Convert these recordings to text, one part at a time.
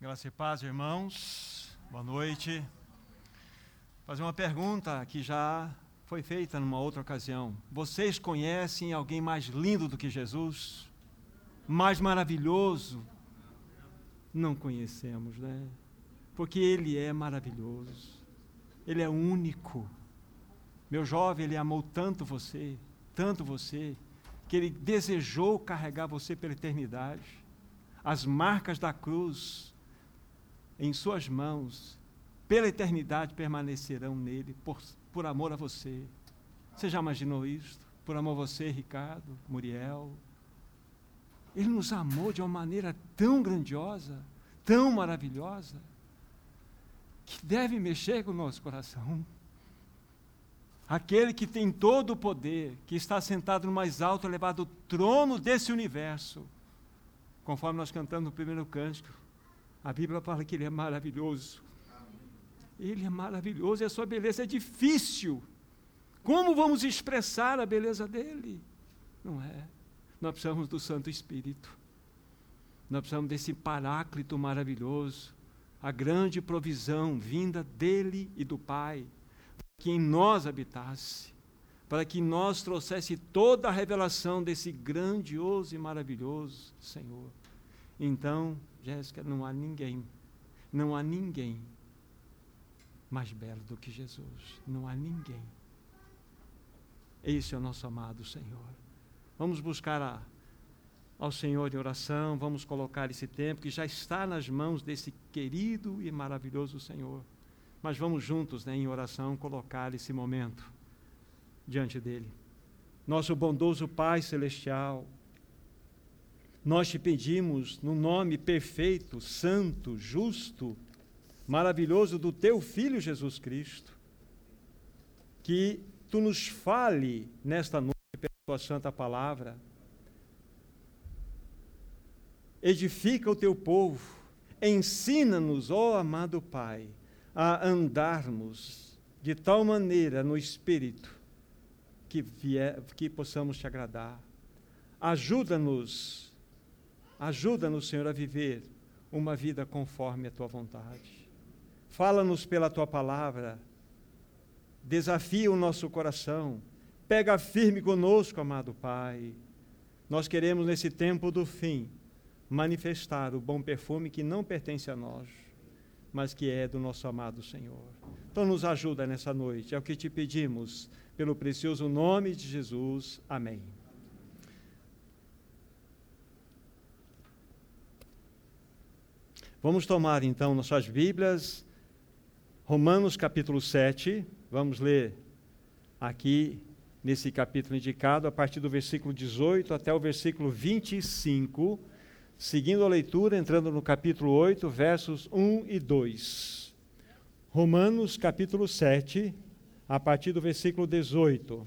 Graça e paz, irmãos. Boa noite. Vou fazer uma pergunta que já foi feita numa outra ocasião. Vocês conhecem alguém mais lindo do que Jesus? Mais maravilhoso? Não conhecemos, né? Porque Ele é maravilhoso. Ele é único. Meu jovem, Ele amou tanto você, que Ele desejou carregar você pela eternidade. As marcas da cruz em suas mãos, pela eternidade permanecerão nele, por amor a você. Você já imaginou isso? Por amor a você, Ricardo, Muriel. Ele nos amou de uma maneira tão grandiosa, tão maravilhosa, que deve mexer com o nosso coração. Aquele que tem todo o poder, que está sentado no mais alto elevado trono desse universo, conforme nós cantamos no primeiro cântico, a Bíblia fala que Ele é maravilhoso. Ele é maravilhoso e a sua beleza é difícil. Como vamos expressar a beleza dEle? Não é? Nós precisamos do Santo Espírito. Nós precisamos desse Paráclito maravilhoso, a grande provisão vinda dEle e do Pai, que em nós habitasse, para que nós trouxesse toda a revelação desse grandioso e maravilhoso Senhor. Então, Jéssica, não há ninguém mais belo do que Jesus. Não há ninguém. Esse é o nosso amado Senhor. Vamos buscar ao Senhor em oração, vamos colocar esse tempo que já está nas mãos desse querido e maravilhoso Senhor. Mas vamos juntos, em oração, colocar esse momento diante dEle. Nosso bondoso Pai Celestial, nós te pedimos, no nome perfeito, santo, justo, maravilhoso do teu Filho Jesus Cristo, que tu nos fale nesta noite pela tua santa palavra, edifica o teu povo, ensina-nos, ó amado Pai, a andarmos de tal maneira no Espírito que possamos te agradar. Ajuda-nos, Senhor, a viver uma vida conforme a tua vontade. Fala-nos pela tua palavra, desafia o nosso coração, pega firme conosco, amado Pai. Nós queremos, nesse tempo do fim, manifestar o bom perfume que não pertence a nós, mas que é do nosso amado Senhor. Então nos ajuda nessa noite, é o que te pedimos, pelo precioso nome de Jesus. Amém. Vamos tomar então nossas Bíblias, Romanos capítulo 7, vamos ler aqui nesse capítulo indicado, a partir do versículo 18 até o versículo 25, seguindo a leitura, entrando no capítulo 8, versos 1 e 2. Romanos capítulo 7, a partir do versículo 18.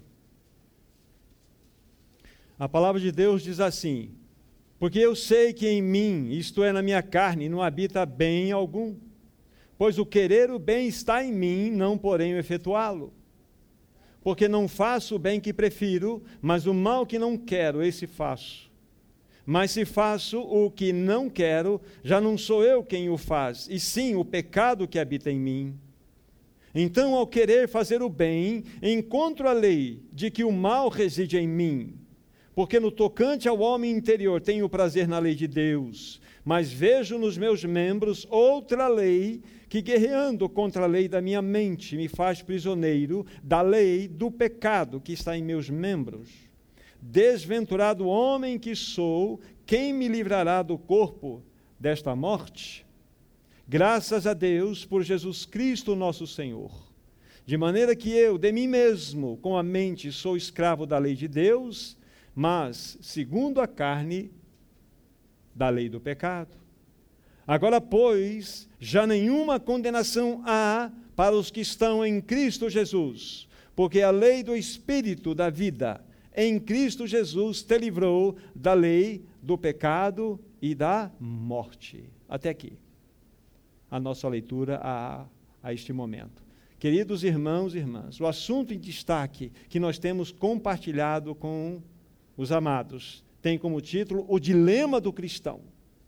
A palavra de Deus diz assim: porque eu sei que em mim, isto é, na minha carne, não habita bem algum. Pois o querer o bem está em mim, não porém o efetuá-lo. Porque não faço o bem que prefiro, mas o mal que não quero, esse faço. Mas se faço o que não quero, já não sou eu quem o faz, e sim o pecado que habita em mim. Então, ao querer fazer o bem, encontro a lei de que o mal reside em mim. Porque no tocante ao homem interior tenho prazer na lei de Deus, mas vejo nos meus membros outra lei que, guerreando contra a lei da minha mente, me faz prisioneiro da lei do pecado que está em meus membros. Desventurado homem que sou, quem me livrará do corpo desta morte? Graças a Deus por Jesus Cristo nosso Senhor. De maneira que eu, de mim mesmo, com a mente, sou escravo da lei de Deus, mas, segundo a carne, da lei do pecado. Agora, pois, já nenhuma condenação há para os que estão em Cristo Jesus, porque a lei do Espírito da vida em Cristo Jesus te livrou da lei do pecado e da morte. Até aqui, a nossa leitura a este momento. Queridos irmãos e irmãs, o assunto em destaque que nós temos compartilhado com os amados tem como título o dilema do cristão.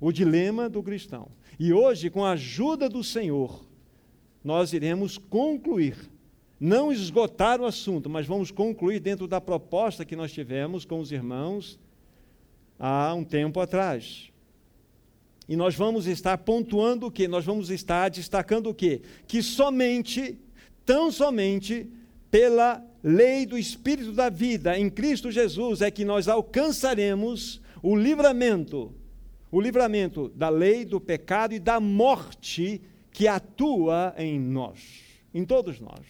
o dilema do cristão. E hoje, com a ajuda do Senhor, nós iremos concluir, não esgotar o assunto, mas vamos concluir dentro da proposta que nós tivemos com os irmãos há um tempo atrás. E nós vamos estar pontuando o quê? Nós vamos estar destacando o quê? Que somente, tão somente, pela lei do Espírito da vida em Cristo Jesus é que nós alcançaremos o livramento da lei, do pecado e da morte que atua em nós, em todos nós.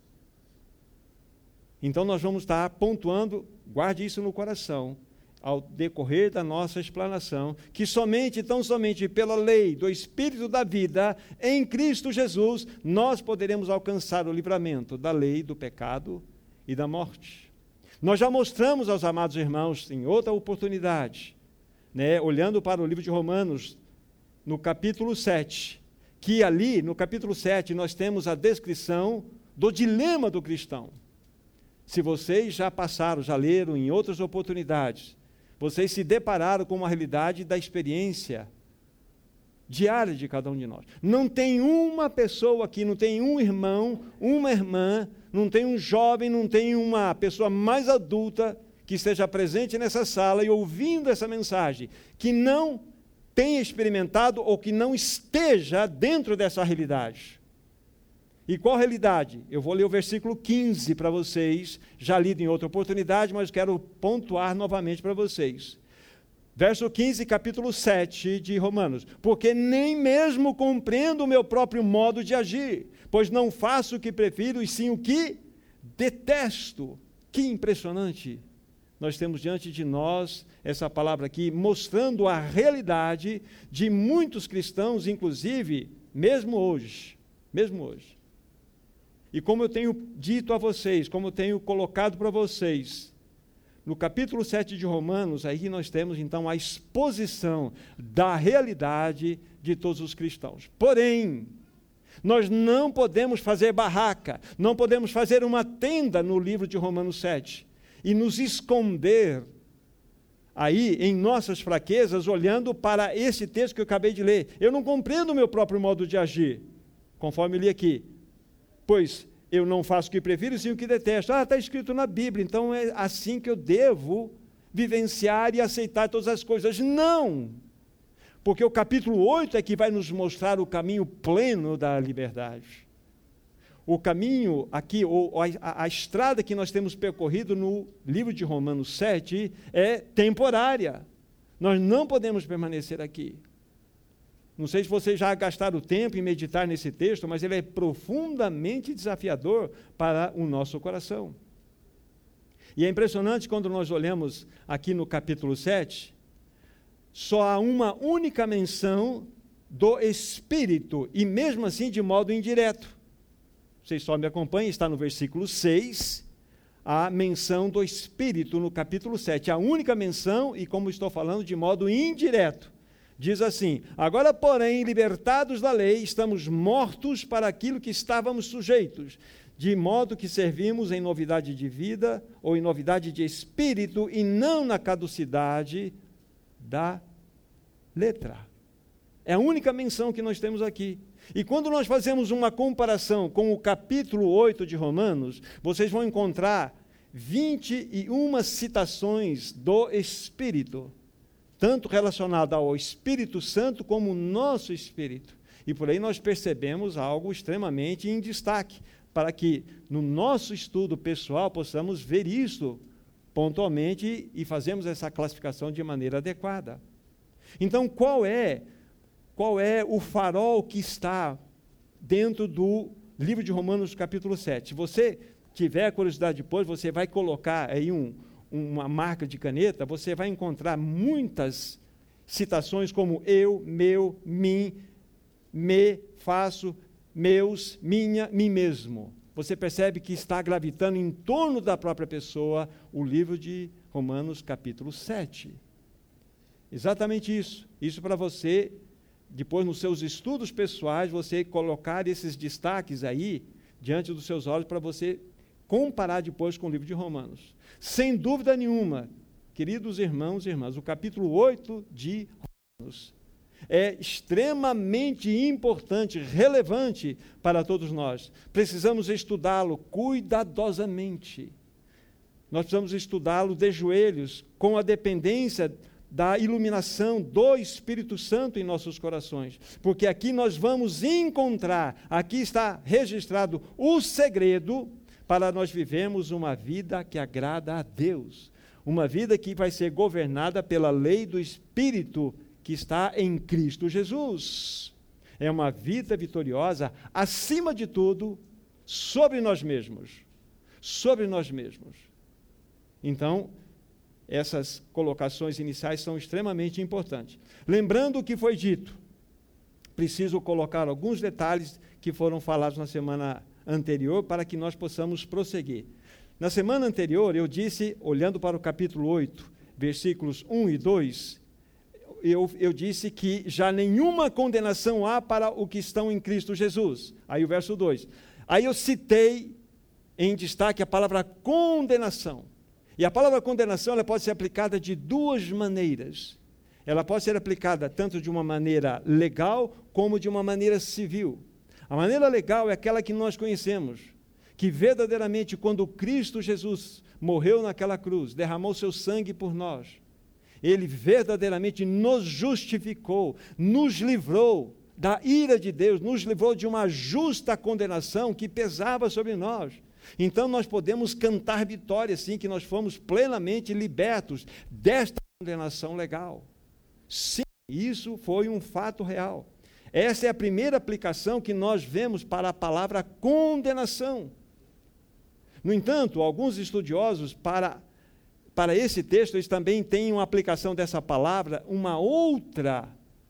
Então nós vamos estar pontuando, guarde isso no coração, ao decorrer da nossa explanação, que somente, tão somente pela lei do Espírito da vida em Cristo Jesus, nós poderemos alcançar o livramento da lei, do pecado e da morte. Nós já mostramos aos amados irmãos, em outra oportunidade, olhando para o livro de Romanos, no capítulo 7, que ali, no capítulo 7, nós temos a descrição do dilema do cristão. Se vocês já passaram, já leram em outras oportunidades, vocês se depararam com uma realidade da experiência diária de cada um de nós. Não tem uma pessoa aqui, não tem um irmão, uma irmã, não tem um jovem, não tem uma pessoa mais adulta que esteja presente nessa sala e ouvindo essa mensagem, que não tenha experimentado ou que não esteja dentro dessa realidade. E qual realidade? Eu vou ler o versículo 15 para vocês, já lido em outra oportunidade, mas quero pontuar novamente para vocês. Verso 15, capítulo 7 de Romanos. Porque nem mesmo compreendo o meu próprio modo de agir, pois não faço o que prefiro, e sim o que detesto. Que impressionante! Nós temos diante de nós essa palavra aqui, mostrando a realidade de muitos cristãos, inclusive, mesmo hoje. E como eu tenho dito a vocês, como eu tenho colocado para vocês, no capítulo 7 de Romanos, aí nós temos então a exposição da realidade de todos os cristãos. Porém, nós não podemos fazer barraca, não podemos fazer uma tenda no livro de Romanos 7 e nos esconder aí em nossas fraquezas, olhando para esse texto que eu acabei de ler. Eu não compreendo o meu próprio modo de agir, conforme eu li aqui. Pois eu não faço o que prefiro, sim o que detesto. Está escrito na Bíblia, então é assim que eu devo vivenciar e aceitar todas as coisas. Não! Porque o capítulo 8 é que vai nos mostrar o caminho pleno da liberdade. O caminho aqui, ou a estrada que nós temos percorrido no livro de Romanos 7 é temporária. Nós não podemos permanecer aqui. Não sei se vocês já gastaram tempo em meditar nesse texto, mas ele é profundamente desafiador para o nosso coração. E é impressionante quando nós olhamos aqui no capítulo 7, só há uma única menção do Espírito, e mesmo assim de modo indireto. Vocês só me acompanhem, está no versículo 6, a menção do Espírito no capítulo 7. A única menção, e como estou falando, de modo indireto. Diz assim: agora, porém, libertados da lei, estamos mortos para aquilo que estávamos sujeitos, de modo que servimos em novidade de vida ou em novidade de espírito e não na caducidade da letra. É a única menção que nós temos aqui. E quando nós fazemos uma comparação com o capítulo 8 de Romanos, vocês vão encontrar 21 citações do Espírito, tanto relacionado ao Espírito Santo como o nosso Espírito. E por aí nós percebemos algo extremamente em destaque, para que no nosso estudo pessoal possamos ver isso pontualmente e fazermos essa classificação de maneira adequada. Então, qual é o farol que está dentro do livro de Romanos, capítulo 7? Se você tiver curiosidade depois, você vai colocar aí uma marca de caneta, você vai encontrar muitas citações como eu, meu, mim, me, faço, meus, minha, mim mesmo. Você percebe que está gravitando em torno da própria pessoa o livro de Romanos, capítulo 7. Exatamente isso. Isso para você, depois nos seus estudos pessoais, você colocar esses destaques aí diante dos seus olhos para você comparar depois com o livro de Romanos. Sem dúvida nenhuma, queridos irmãos e irmãs, o capítulo 8 de Romanos é extremamente importante, relevante para todos nós. Precisamos estudá-lo cuidadosamente. Nós precisamos estudá-lo de joelhos, com a dependência da iluminação do Espírito Santo em nossos corações, porque aqui nós vamos encontrar, aqui está registrado o segredo para nós vivermos uma vida que agrada a Deus, uma vida que vai ser governada pela lei do Espírito que está em Cristo Jesus. É uma vida vitoriosa, acima de tudo, sobre nós mesmos. Sobre nós mesmos. Então, essas colocações iniciais são extremamente importantes. Lembrando o que foi dito, preciso colocar alguns detalhes que foram falados na semana anterior para que nós possamos prosseguir. Na semana anterior, eu disse, olhando para o capítulo 8, versículos 1 e 2, eu disse que já nenhuma condenação há para os que estão em Cristo Jesus. Aí o verso 2. Aí eu citei em destaque a palavra condenação. E a palavra condenação ela pode ser aplicada de duas maneiras. Ela pode ser aplicada tanto de uma maneira legal como de uma maneira civil. A maneira legal é aquela que nós conhecemos, que verdadeiramente quando Cristo Jesus morreu naquela cruz, derramou seu sangue por nós, Ele verdadeiramente nos justificou, nos livrou da ira de Deus, nos livrou de uma justa condenação que pesava sobre nós. Então nós podemos cantar vitória, sim, que nós fomos plenamente libertos desta condenação legal. Sim, isso foi um fato real. Essa é a primeira aplicação que nós vemos para a palavra condenação. No entanto, alguns estudiosos, para esse texto, eles também têm uma aplicação dessa palavra, uma outra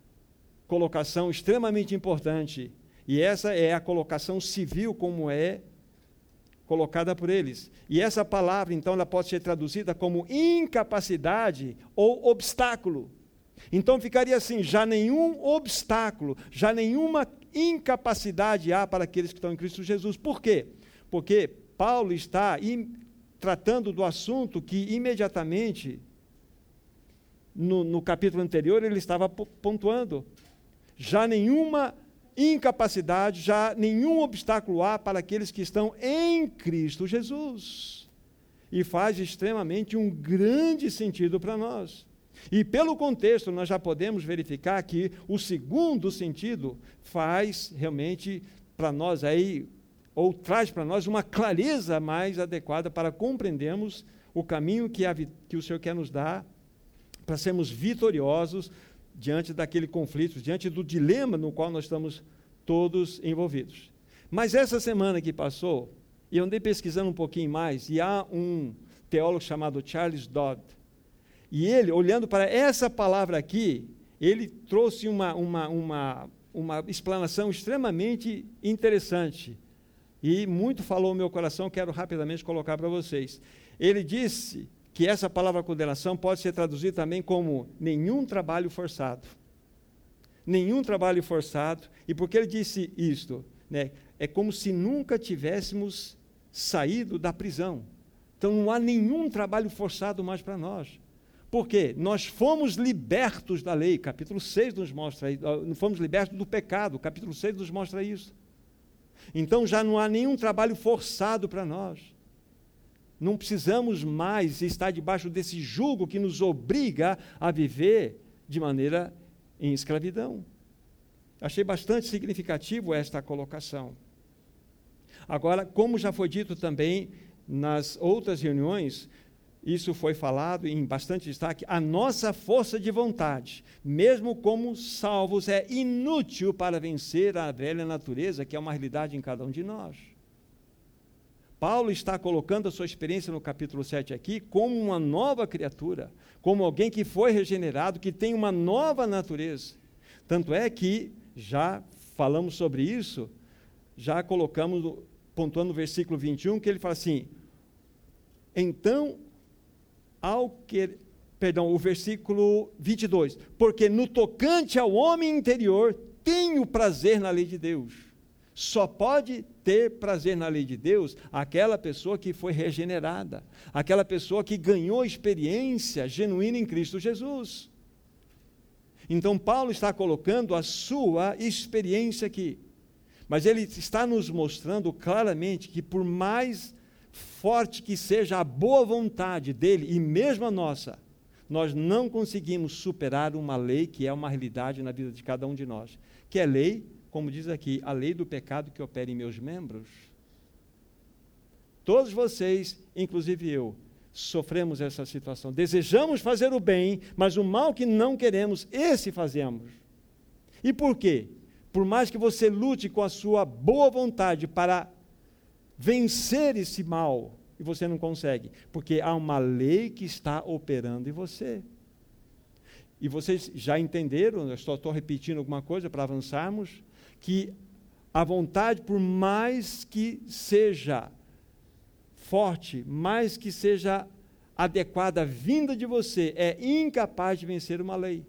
colocação extremamente importante, e essa é a colocação civil, como é colocada por eles. E essa palavra, então, ela pode ser traduzida como incapacidade ou obstáculo. Então, ficaria assim, já nenhum obstáculo, já nenhuma incapacidade há para aqueles que estão em Cristo Jesus. Por quê? Porque Paulo está tratando do assunto que imediatamente, no capítulo anterior, ele estava pontuando. Já nenhuma incapacidade, já nenhum obstáculo há para aqueles que estão em Cristo Jesus. E faz extremamente um grande sentido para nós. E pelo contexto, nós já podemos verificar que o segundo sentido faz realmente para nós aí, ou traz para nós uma clareza mais adequada para compreendermos o caminho que o Senhor quer nos dar para sermos vitoriosos diante daquele conflito, diante do dilema no qual nós estamos todos envolvidos. Mas essa semana que passou, eu andei pesquisando um pouquinho mais, e há um teólogo chamado Charles Dodd, e ele, olhando para essa palavra aqui, ele trouxe uma explanação extremamente interessante, e muito falou ao meu coração, quero rapidamente colocar para vocês. Ele disse que essa palavra condenação pode ser traduzida também como nenhum trabalho forçado. Nenhum trabalho forçado. E por que ele disse isto? Né? É como se nunca tivéssemos saído da prisão. Então não há nenhum trabalho forçado mais para nós. Por quê? Nós fomos libertos da lei, capítulo 6 nos mostra isso, fomos libertos do pecado, capítulo 6 nos mostra isso. Então já não há nenhum trabalho forçado para nós. Não precisamos mais estar debaixo desse jugo que nos obriga a viver de maneira em escravidão. Achei bastante significativo esta colocação. Agora, como já foi dito também nas outras reuniões, isso foi falado em bastante destaque, a nossa força de vontade, mesmo como salvos, é inútil para vencer a velha natureza, que é uma realidade em cada um de nós. Paulo está colocando a sua experiência no capítulo 7 aqui como uma nova criatura, como alguém que foi regenerado, que tem uma nova natureza. Tanto é que já falamos sobre isso, já colocamos, pontuando no versículo 21, que ele fala assim, então, o versículo 22, porque no tocante ao homem interior, tenho prazer na lei de Deus. Só pode ter prazer na lei de Deus aquela pessoa que foi regenerada, aquela pessoa que ganhou experiência genuína em Cristo Jesus. Então, Paulo está colocando a sua experiência aqui. Mas ele está nos mostrando claramente que, por mais forte que seja a boa vontade dele, e mesmo a nossa, nós não conseguimos superar uma lei que é uma realidade na vida de cada um de nós. Que é lei, como diz aqui, a lei do pecado que opera em meus membros. Todos vocês, inclusive eu, sofremos essa situação. Desejamos fazer o bem, mas o mal que não queremos, esse fazemos. E por quê? Por mais que você lute com a sua boa vontade para vencer esse mal, e você não consegue, porque há uma lei que está operando em você. E vocês já entenderam, eu estou repetindo alguma coisa para avançarmos, que a vontade, por mais que seja forte, mais que seja adequada, vinda de você, é incapaz de vencer uma lei.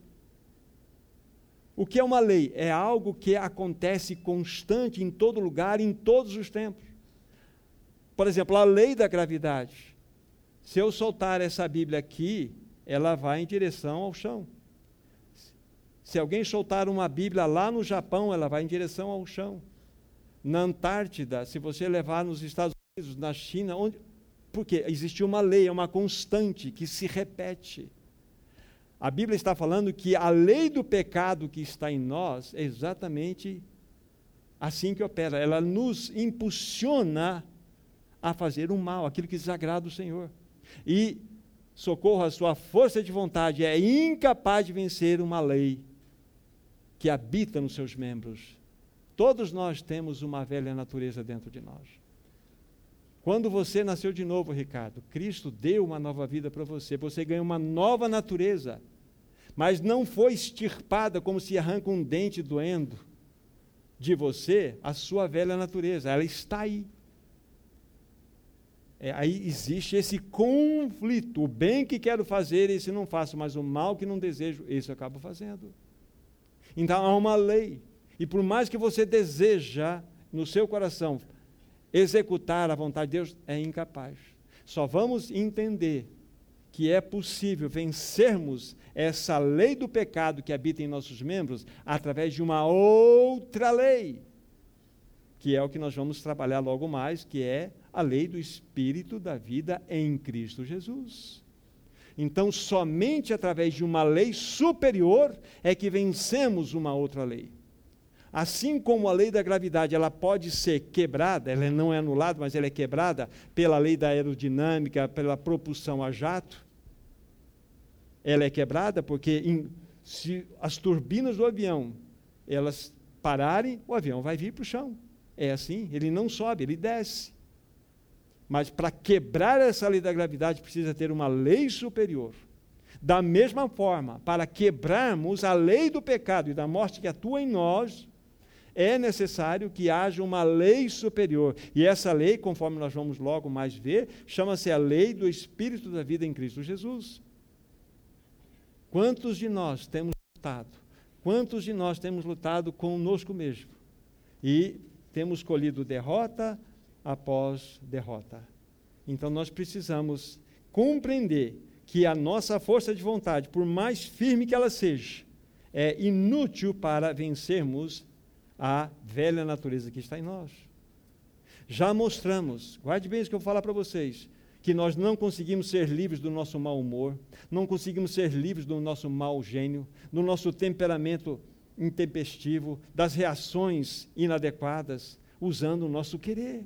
O que é uma lei? É algo que acontece constante em todo lugar, em todos os tempos. Por exemplo, a lei da gravidade. Se eu soltar essa Bíblia aqui, ela vai em direção ao chão. Se alguém soltar uma Bíblia lá no Japão, ela vai em direção ao chão. Na Antártida, se você levar nos Estados Unidos, na China, porque existe uma lei, é uma constante que se repete. A Bíblia está falando que a lei do pecado que está em nós é exatamente assim que opera. Ela nos impulsiona a fazer o mal, aquilo que desagrada o Senhor. E, socorro, a sua força de vontade é incapaz de vencer uma lei que habita nos seus membros. Todos nós temos uma velha natureza dentro de nós. Quando você nasceu de novo, Ricardo, Cristo deu uma nova vida para você, você ganhou uma nova natureza, mas não foi extirpada como se arranca um dente doendo de você, a sua velha natureza, ela está aí. Aí existe esse conflito, o bem que quero fazer, esse não faço, mas o mal que não desejo, esse eu acabo fazendo. Então há uma lei, e por mais que você deseja no seu coração executar a vontade de Deus, é incapaz. Só vamos entender que é possível vencermos essa lei do pecado que habita em nossos membros através de uma outra lei, que é o que nós vamos trabalhar logo mais, que é a lei do Espírito da vida em Cristo Jesus. Então, somente através de uma lei superior é que vencemos uma outra lei. Assim como a lei da gravidade, ela pode ser quebrada, ela não é anulada, mas ela é quebrada pela lei da aerodinâmica, pela propulsão a jato. Ela é quebrada porque se as turbinas do avião, elas pararem, o avião vai vir para o chão. É assim, ele não sobe, ele desce. Mas para quebrar essa lei da gravidade, precisa ter uma lei superior. Da mesma forma, para quebrarmos a lei do pecado e da morte que atua em nós, é necessário que haja uma lei superior. E essa lei, conforme nós vamos logo mais ver, chama-se a lei do Espírito da vida em Cristo Jesus. Quantos de nós temos lutado? Quantos de nós temos lutado conosco mesmo? E temos colhido derrota após derrota. Então nós precisamos compreender que a nossa força de vontade, por mais firme que ela seja, é inútil para vencermos a velha natureza que está em nós. Já mostramos, guarde bem isso que eu vou falar para vocês, que nós não conseguimos ser livres do nosso mau humor, não conseguimos ser livres do nosso mau gênio, do nosso temperamento intempestivo, das reações inadequadas, usando o nosso querer.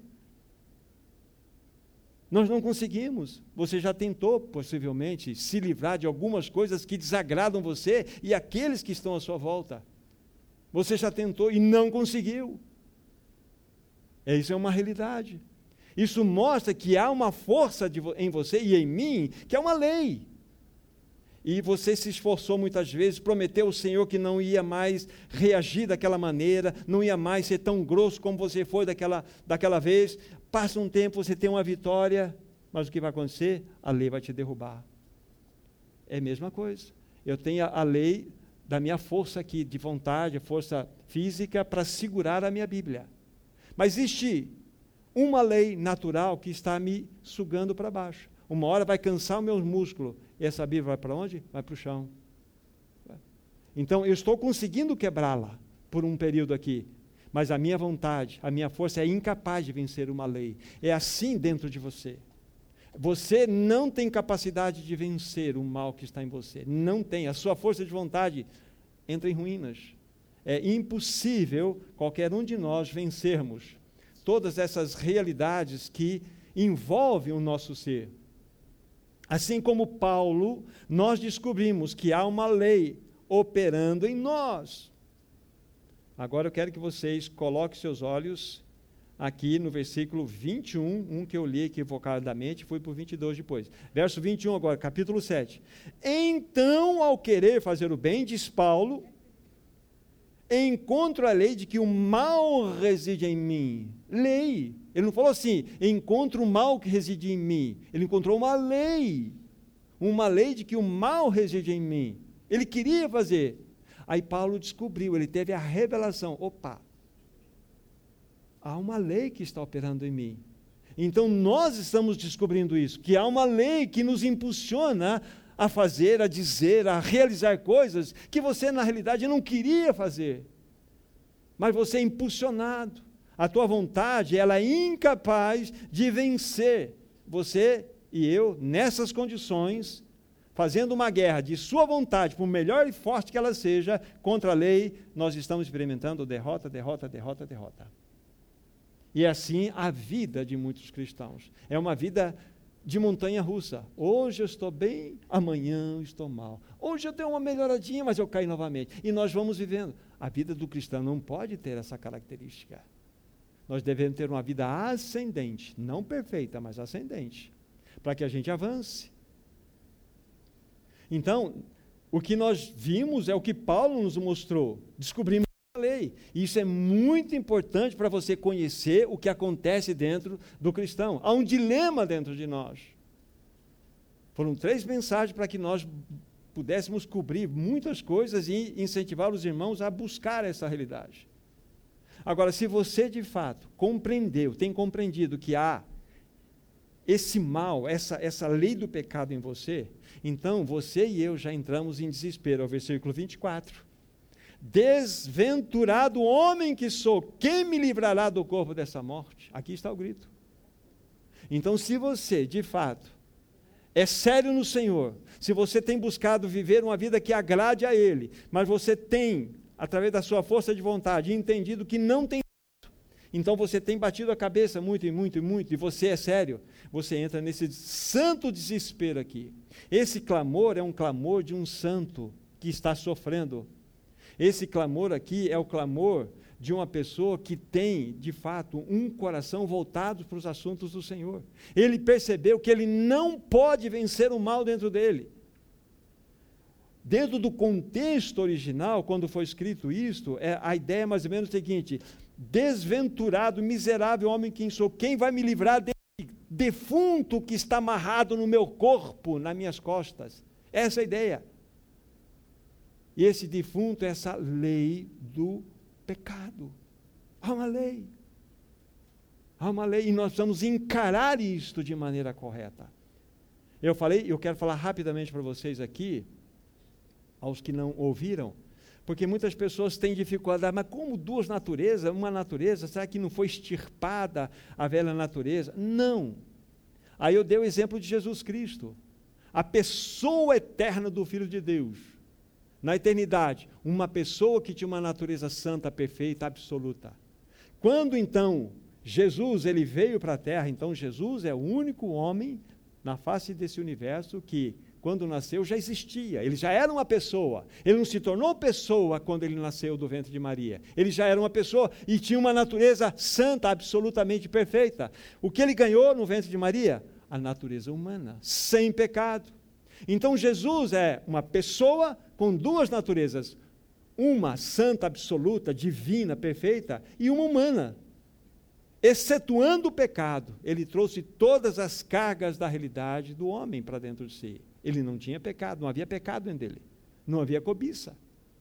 Nós não conseguimos. Você já tentou, possivelmente, se livrar de algumas coisas que desagradam você e aqueles que estão à sua volta. Você já tentou e não conseguiu. Isso é uma realidade. Isso mostra que há uma força em você e em mim, que é uma lei. E você se esforçou muitas vezes, prometeu ao Senhor que não ia mais reagir daquela maneira, não ia mais ser tão grosso como você foi daquela vez. Passa um tempo, você tem uma vitória, mas o que vai acontecer? A lei vai te derrubar. É a mesma coisa. Eu tenho a lei da minha força aqui, de vontade, força física, para segurar a minha Bíblia. Mas existe uma lei natural que está me sugando para baixo. Uma hora vai cansar o meu músculo. E essa Bíblia vai para onde? Vai para o chão. Então, eu estou conseguindo quebrá-la por um período aqui, mas a minha vontade, a minha força é incapaz de vencer uma lei. É assim dentro de você. Você não tem capacidade de vencer o mal que está em você. Não tem. A sua força de vontade entra em ruínas. É impossível qualquer um de nós vencermos todas essas realidades que envolvem o nosso ser. Assim como Paulo, nós descobrimos que há uma lei operando em nós. Agora eu quero que vocês coloquem seus olhos aqui no versículo 21, um que eu li equivocadamente, fui para o 22 depois. Verso 21 agora, capítulo 7. Então, ao querer fazer o bem, diz Paulo, encontro a lei de que o mal reside em mim. Lei. Ele não falou assim, encontro o mal que reside em mim. Ele encontrou uma lei de que o mal reside em mim. Ele queria fazer. Aí Paulo descobriu, ele teve a revelação, opa, há uma lei que está operando em mim. Então nós estamos descobrindo isso, que há uma lei que nos impulsiona a fazer, a dizer, a realizar coisas que você na realidade não queria fazer. Mas você é impulsionado. A tua vontade, ela é incapaz de vencer. Você e eu, nessas condições, fazendo uma guerra de sua vontade, por melhor e forte que ela seja, contra a lei, nós estamos experimentando derrota, derrota, derrota, derrota. E assim a vida de muitos cristãos. É uma vida de montanha-russa. Hoje eu estou bem, amanhã eu estou mal. Hoje eu dei uma melhoradinha, mas eu caí novamente. E nós vamos vivendo. A vida do cristão não pode ter essa característica. Nós devemos ter uma vida ascendente, não perfeita, mas ascendente, para que a gente avance. Então, o que nós vimos é o que Paulo nos mostrou. Descobrimos a lei. E isso é muito importante para você conhecer o que acontece dentro do cristão. Há um dilema dentro de nós. Foram 3 mensagens para que nós pudéssemos cobrir muitas coisas e incentivar os irmãos a buscar essa realidade. Agora, se você de fato compreendeu, tem compreendido que há esse mal, essa lei do pecado em você, então você e eu já entramos em desespero. É o versículo 24. Desventurado homem que sou, quem me livrará do corpo dessa morte? Aqui está o grito. Então, se você, de fato, é sério no Senhor, se você tem buscado viver uma vida que agrade a Ele, mas você tem, através da sua força de vontade, entendido que não tem jeito, então você tem batido a cabeça muito, e você é sério, você entra nesse santo desespero aqui. Esse clamor é um clamor de um santo que está sofrendo. Esse clamor aqui é o clamor de uma pessoa que tem, de fato, um coração voltado para os assuntos do Senhor. Ele percebeu que ele não pode vencer o mal dentro dele. Dentro do contexto original, quando foi escrito isto, a ideia é mais ou menos a seguinte: desventurado, miserável homem quem sou, quem vai me livrar desse defunto que está amarrado no meu corpo, nas minhas costas? Essa é a ideia. E esse defunto é essa lei do pecado. Há uma lei. Há uma lei e nós precisamos encarar isto de maneira correta. Eu quero falar rapidamente para vocês aqui, aos que não ouviram, porque muitas pessoas têm dificuldade, mas como duas naturezas, uma natureza, será que não foi extirpada a velha natureza? Não. Aí eu dei o exemplo de Jesus Cristo, a pessoa eterna do Filho de Deus. Na eternidade, uma pessoa que tinha uma natureza santa, perfeita, absoluta. Quando então Jesus ele veio para a terra, então Jesus é o único homem na face desse universo que, quando nasceu, já existia. Ele já era uma pessoa. Ele não se tornou pessoa quando ele nasceu do ventre de Maria. Ele já era uma pessoa e tinha uma natureza santa, absolutamente perfeita. O que ele ganhou no ventre de Maria? A natureza humana, sem pecado. Então Jesus é uma pessoa com duas naturezas, uma santa, absoluta, divina, perfeita, e uma humana. Excetuando o pecado, ele trouxe todas as cargas da realidade do homem para dentro de si. Ele não tinha pecado, não havia pecado dentro dele, não havia cobiça.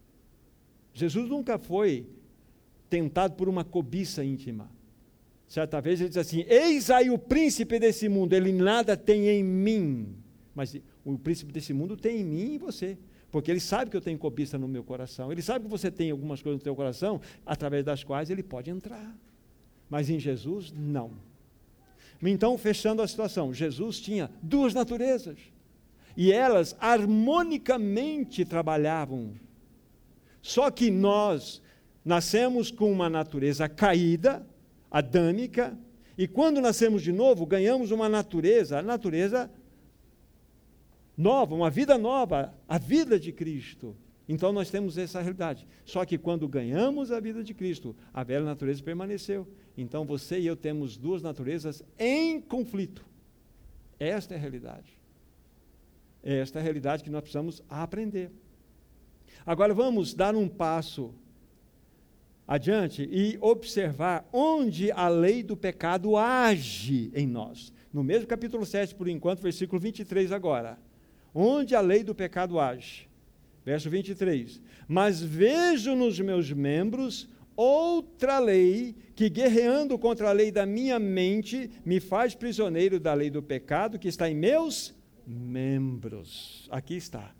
Jesus nunca foi tentado por uma cobiça íntima. Certa vez ele diz assim: eis aí o príncipe desse mundo, ele nada tem em mim, mas o príncipe desse mundo tem em mim e em você. porque Ele sabe que eu tenho cobiça no meu coração, Ele sabe que você tem algumas coisas no teu coração, através das quais Ele pode entrar. Mas em Jesus, não. Então, fechando a situação, Jesus tinha duas naturezas, e elas harmonicamente trabalhavam. Só que nós nascemos com uma natureza caída, adâmica, e quando nascemos de novo, ganhamos uma natureza, a natureza nova, uma vida nova, a vida de Cristo. Então nós temos essa realidade. Só que quando ganhamos a vida de Cristo, a velha natureza permaneceu. Então você e eu temos duas naturezas em conflito. Esta é a realidade. Esta é a realidade que nós precisamos aprender. Agora vamos dar um passo adiante e observar onde a lei do pecado age em nós. No mesmo capítulo 7, por enquanto, versículo 23 agora. Onde a lei do pecado age. Verso 23. Mas vejo nos meus membros outra lei que, guerreando contra a lei da minha mente, me faz prisioneiro da lei do pecado que está em meus membros. Aqui está.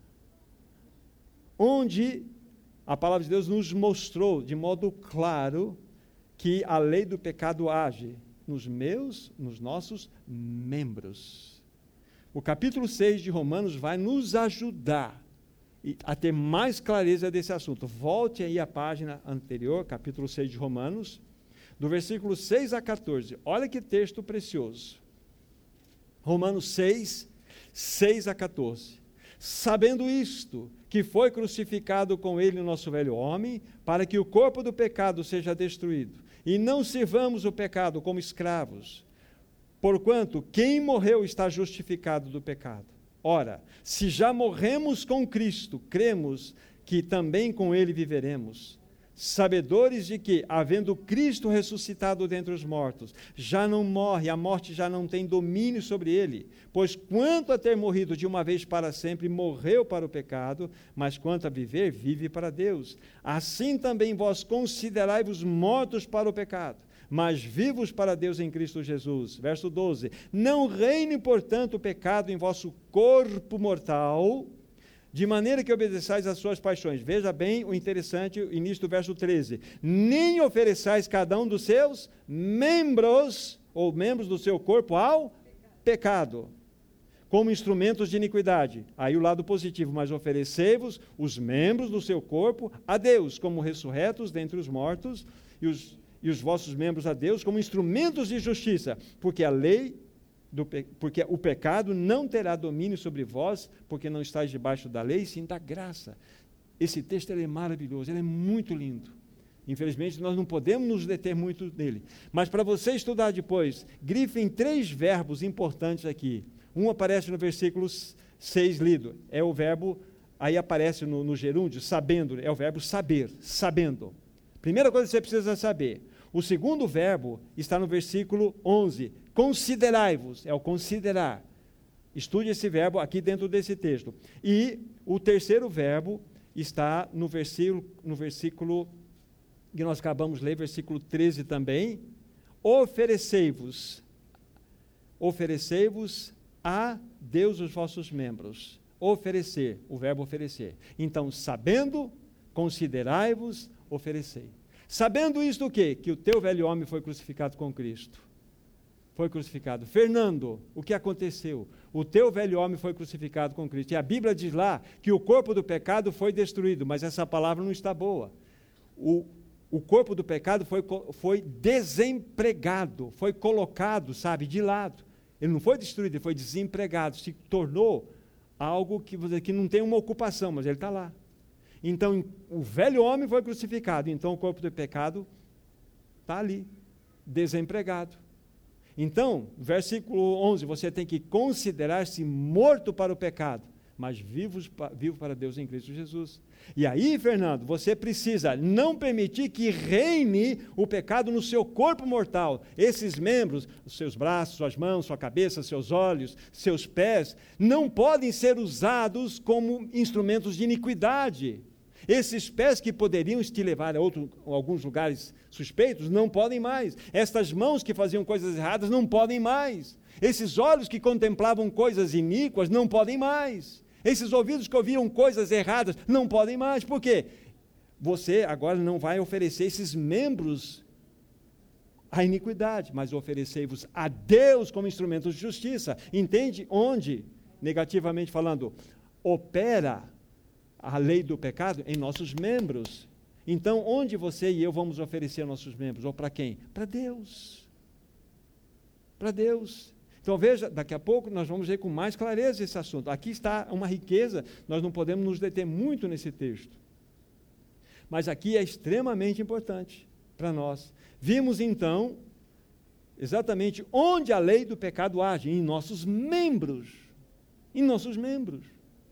Onde a palavra de Deus nos mostrou de modo claro que a lei do pecado age nos nossos membros. O capítulo 6 de Romanos vai nos ajudar a ter mais clareza desse assunto. Volte aí à página anterior, capítulo 6 de Romanos, do versículo 6 a 14. Olha que texto precioso. Romanos 6, 6 a 14. Sabendo isto, que foi crucificado com ele o nosso velho homem, para que o corpo do pecado seja destruído, e não sirvamos o pecado como escravos, porquanto quem morreu está justificado do pecado. Ora, se já morremos com Cristo, cremos que também com ele viveremos, sabedores de que, havendo Cristo ressuscitado dentre os mortos, já não morre, a morte já não tem domínio sobre ele, pois quanto a ter morrido de uma vez para sempre, morreu para o pecado, mas quanto a viver, vive para Deus. Assim também vós considerai-vos mortos para o pecado, mas vivos para Deus em Cristo Jesus. Verso 12. Não reine, portanto, o pecado em vosso corpo mortal, de maneira que obedeçais às suas paixões. Veja bem o interessante, o início do verso 13. Nem ofereçais cada um dos seus membros, ou membros do seu corpo, ao pecado, como instrumentos de iniquidade. Aí o lado positivo, mas oferecei-vos os membros do seu corpo a Deus, como ressurretos dentre os mortos, e os vossos membros a Deus como instrumentos de justiça, porque porque o pecado não terá domínio sobre vós, porque não estáis debaixo da lei, sim da graça. Esse texto ele é maravilhoso, ele é muito lindo. Infelizmente, nós não podemos nos deter muito nele. Mas para você estudar depois, grifem 3 verbos importantes aqui. Um aparece no versículo 6 lido, é o verbo, aí aparece no gerúndio, sabendo, é o verbo saber, sabendo. Primeira coisa que você precisa saber. O segundo verbo está no versículo 11, considerai-vos, é o considerar. Estude esse verbo aqui dentro desse texto. E o terceiro verbo está no versículo que nós acabamos de ler, versículo 13 também, oferecei-vos a Deus os vossos membros. Oferecer, o verbo oferecer. Então, sabendo, considerai-vos, oferecei. Sabendo isto o quê? Que o teu velho homem foi crucificado com Cristo. Foi crucificado. Fernando, o que aconteceu? O teu velho homem foi crucificado com Cristo. E a Bíblia diz lá que o corpo do pecado foi destruído, mas essa palavra não está boa. O corpo do pecado foi desempregado, foi colocado, de lado. Ele não foi destruído, ele foi desempregado, se tornou algo que não tem uma ocupação, mas ele está lá. Então, o velho homem foi crucificado, então o corpo do pecado está ali, desempregado. Então, versículo 11, você tem que considerar-se morto para o pecado, mas vivo para Deus em Cristo Jesus. E aí, Fernando, você precisa não permitir que reine o pecado no seu corpo mortal. Esses membros, os seus braços, suas mãos, sua cabeça, seus olhos, seus pés, não podem ser usados como instrumentos de iniquidade. Esses pés que poderiam te levar a alguns lugares suspeitos, não podem mais. Estas mãos que faziam coisas erradas, não podem mais. Esses olhos que contemplavam coisas iníquas, não podem mais. Esses ouvidos que ouviam coisas erradas não podem mais. Por quê? Você agora não vai oferecer esses membros à iniquidade, mas oferecei-vos a Deus como instrumentos de justiça. Entende onde, negativamente falando, opera a lei do pecado? Em nossos membros. Então, onde você e eu vamos oferecer nossos membros? Ou para quem? Para Deus. Para Deus. Então, veja, daqui a pouco nós vamos ver com mais clareza esse assunto. Aqui está uma riqueza, nós não podemos nos deter muito nesse texto. Mas aqui é extremamente importante para nós. Vimos, então, exatamente onde a lei do pecado age, em nossos membros. Em nossos membros.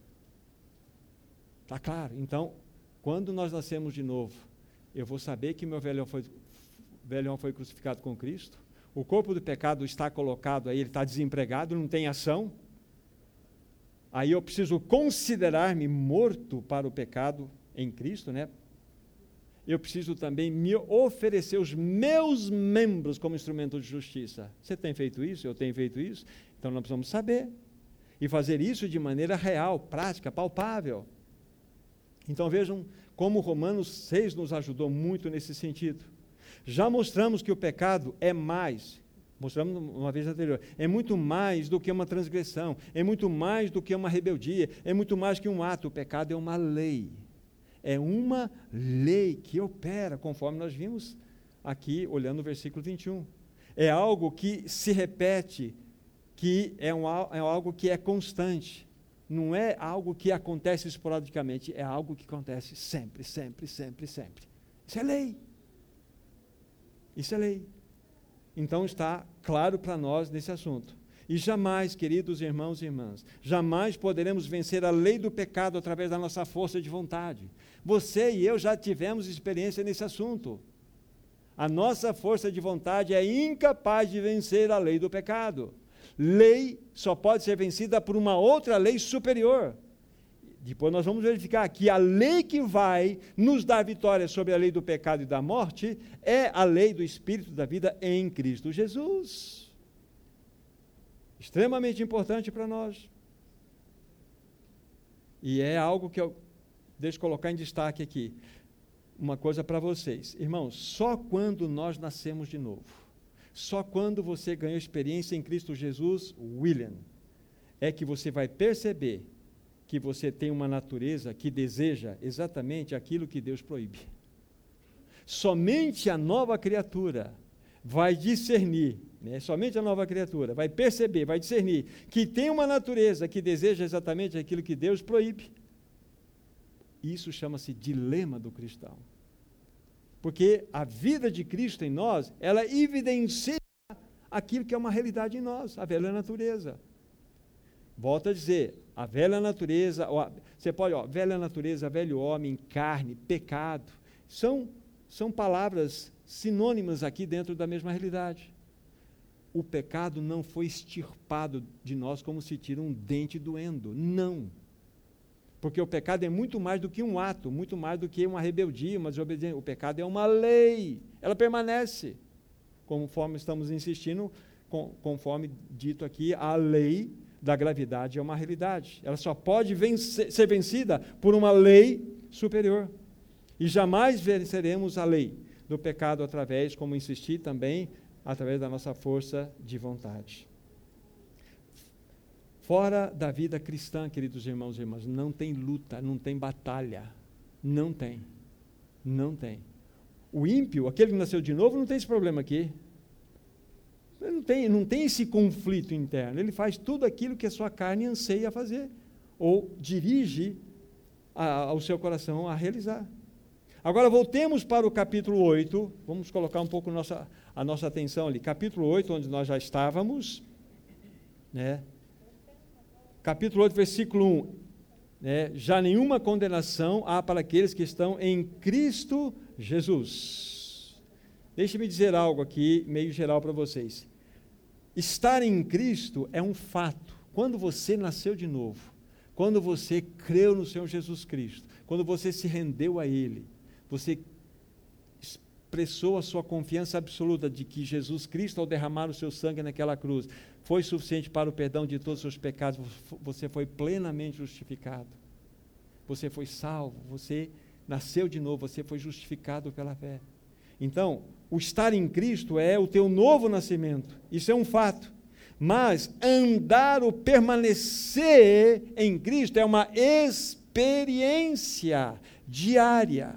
Está claro? Então, quando nós nascemos de novo, eu vou saber que meu velhão foi crucificado com Cristo, o corpo do pecado está colocado aí, ele está desempregado, não tem ação, aí eu preciso considerar-me morto para o pecado em Cristo, né? Eu preciso também me oferecer os meus membros como instrumento de justiça. Você tem feito isso? Eu tenho feito isso? Então nós precisamos saber, e fazer isso de maneira real, prática, palpável. Então vejam como Romanos 6 nos ajudou muito nesse sentido. Já mostramos que o pecado é mais, mostramos uma vez anterior, é muito mais do que uma transgressão, é muito mais do que uma rebeldia, é muito mais que um ato. O pecado é uma lei que opera, conforme nós vimos aqui, olhando o versículo 21. É algo que se repete, que é algo que é constante. Não é algo que acontece esporadicamente, é algo que acontece sempre, sempre, sempre, sempre. Isso é lei. Isso é lei. Então está claro para nós nesse assunto. E jamais, queridos irmãos e irmãs, jamais poderemos vencer a lei do pecado através da nossa força de vontade. Você e eu já tivemos experiência nesse assunto. A nossa força de vontade é incapaz de vencer a lei do pecado. Lei só pode ser vencida por uma outra lei superior. Depois nós vamos verificar que a lei que vai nos dar vitória sobre a lei do pecado e da morte é a lei do Espírito da vida em Cristo Jesus. Extremamente importante para nós. E é algo que deixa eu colocar em destaque aqui. Uma coisa para vocês. Irmãos, só quando nós nascemos de novo, só quando você ganhou experiência em Cristo Jesus, William, é que você vai perceber que você tem uma natureza que deseja exatamente aquilo que Deus proíbe. Somente a nova criatura vai discernir, somente a nova criatura vai perceber, vai discernir que tem uma natureza que deseja exatamente aquilo que Deus proíbe. Isso chama-se dilema do cristão. Porque a vida de Cristo em nós, ela evidencia aquilo que é uma realidade em nós, a velha natureza. Volto a dizer, a velha natureza, você pode, velha natureza, velho homem, carne, pecado, são palavras sinônimas aqui dentro da mesma realidade. O pecado não foi extirpado de nós como se tira um dente doendo, não. Porque o pecado é muito mais do que um ato, muito mais do que uma rebeldia, uma desobediência. O pecado é uma lei, ela permanece. Conforme estamos insistindo, conforme dito aqui, a lei da gravidade é uma realidade. Ela só pode ser vencida por uma lei superior. E jamais venceremos a lei do pecado através, como insisti também, através da nossa força de vontade. Fora da vida cristã, queridos irmãos e irmãs, não tem luta, não tem batalha. Não tem. Não tem. O ímpio, aquele que nasceu de novo, não tem esse problema aqui. Ele não tem esse conflito interno. Ele faz tudo aquilo que a sua carne anseia fazer, ou dirige ao seu coração a realizar. Agora voltemos para o capítulo 8, vamos colocar um pouco a nossa atenção ali. Capítulo 8, onde nós já estávamos, né? Capítulo 8, versículo 1, né? Já nenhuma condenação há para aqueles que estão em Cristo Jesus. Deixe-me dizer algo aqui, meio geral para vocês. Estar em Cristo é um fato. Quando você nasceu de novo, quando você creu no Senhor Jesus Cristo, quando você se rendeu a Ele, você expressou a sua confiança absoluta de que Jesus Cristo, ao derramar o seu sangue naquela cruz, foi suficiente para o perdão de todos os seus pecados, você foi plenamente justificado. Você foi salvo, você nasceu de novo, você foi justificado pela fé. Então, o estar em Cristo é o teu novo nascimento, isso é um fato. Mas andar ou permanecer em Cristo é uma experiência diária.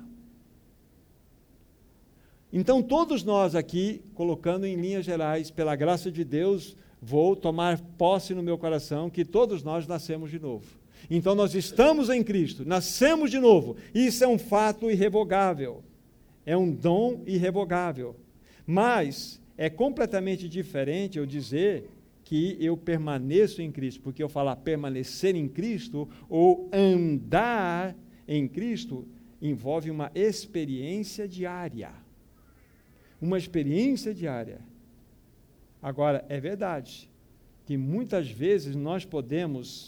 Então, todos nós aqui, colocando em linhas gerais, pela graça de Deus, vou tomar posse no meu coração que todos nós nascemos de novo. Então, nós estamos em Cristo, nascemos de novo. Isso é um fato irrevogável. É um dom irrevogável. Mas é completamente diferente eu dizer que eu permaneço em Cristo, porque eu falar permanecer em Cristo ou andar em Cristo envolve uma experiência diária. Uma experiência diária. Agora, é verdade que muitas vezes nós podemos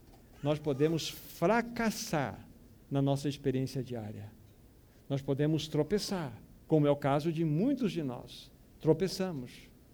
fracassar na nossa experiência diária. Nós podemos tropeçar, como é o caso de muitos de nós. Tropeçamos.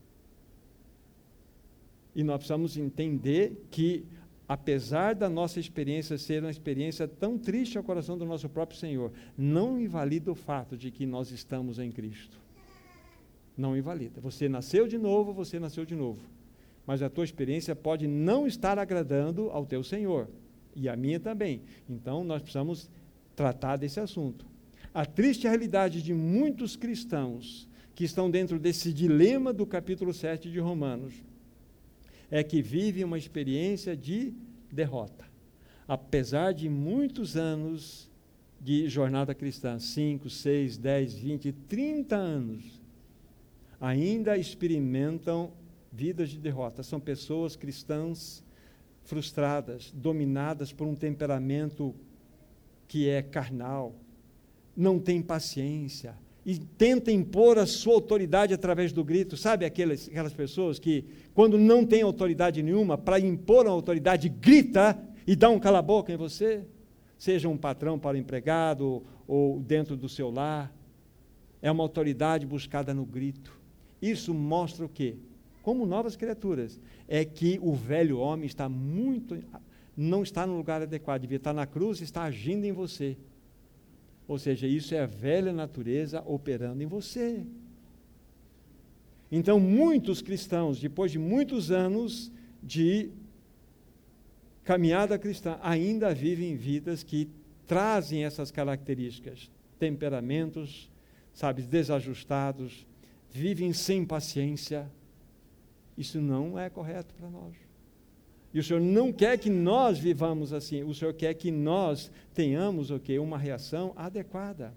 E nós precisamos entender que, apesar da nossa experiência ser uma experiência tão triste ao coração do nosso próprio Senhor, não invalida o fato de que nós estamos em Cristo. Não invalida. Você nasceu de novo, mas a tua experiência pode não estar agradando ao teu Senhor, e a minha também. Então, nós precisamos tratar desse assunto. A triste realidade de muitos cristãos que estão dentro desse dilema do capítulo 7 de Romanos é que vivem uma experiência de derrota. Apesar de muitos anos de jornada cristã, 5, 6, 10, 20, 30 anos, ainda experimentam vidas de derrota. São pessoas cristãs frustradas, dominadas por um temperamento que é carnal, não tem paciência e tenta impor a sua autoridade através do grito. Sabe aquelas pessoas que, quando não tem autoridade nenhuma, para impor a autoridade, grita e dá um cala-boca em você? Seja um patrão para o empregado ou dentro do seu lar. É uma autoridade buscada no grito. Isso mostra o quê? Como novas criaturas, é que o velho homem não está no lugar adequado, devia estar na cruz e está agindo em você. Ou seja, isso é a velha natureza operando em você. Então, muitos cristãos, depois de muitos anos de caminhada cristã, ainda vivem vidas que trazem essas características, temperamentos, desajustados, vivem sem paciência. Isso não é correto para nós. E o Senhor não quer que nós vivamos assim. O Senhor quer que nós tenhamos o quê? Uma reação adequada.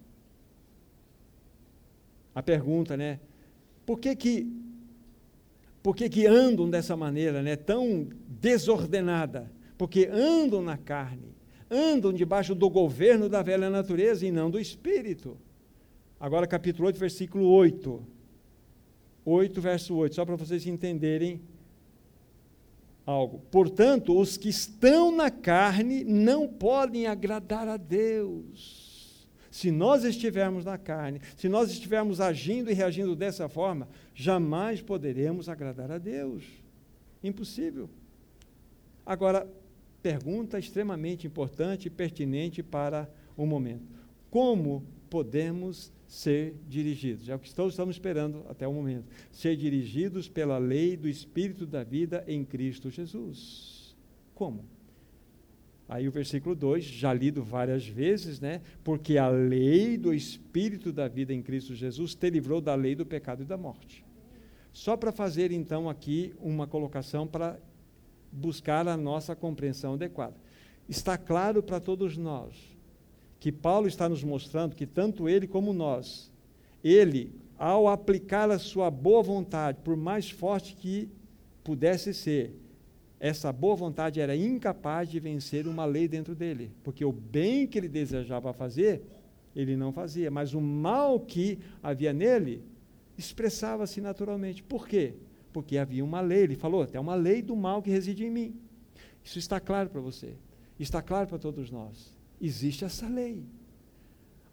A pergunta, por que andam dessa maneira, tão desordenada? Porque andam na carne, andam debaixo do governo da velha natureza e não do Espírito. Agora, capítulo 8, versículo 8. 8, verso 8, só para vocês entenderem algo. Portanto, os que estão na carne não podem agradar a Deus. Se nós estivermos na carne, se nós estivermos agindo e reagindo dessa forma, jamais poderemos agradar a Deus. Impossível. Agora, pergunta extremamente importante e pertinente para o momento. Como podemos ser dirigidos? É o que estamos esperando até o momento. Ser dirigidos pela lei do Espírito da vida em Cristo Jesus. Como? Aí o versículo 2, já lido várias vezes, porque a lei do Espírito da vida em Cristo Jesus te livrou da lei do pecado e da morte. Só para fazer então aqui uma colocação para buscar a nossa compreensão adequada. Está claro para todos nós que Paulo está nos mostrando que tanto ele como nós, ele, ao aplicar a sua boa vontade, por mais forte que pudesse ser, essa boa vontade era incapaz de vencer uma lei dentro dele, porque o bem que ele desejava fazer, ele não fazia, mas o mal que havia nele, expressava-se naturalmente. Por quê? Porque havia uma lei, ele falou, até uma lei do mal que reside em mim. Isso está claro para você, está claro para todos nós. Existe essa lei.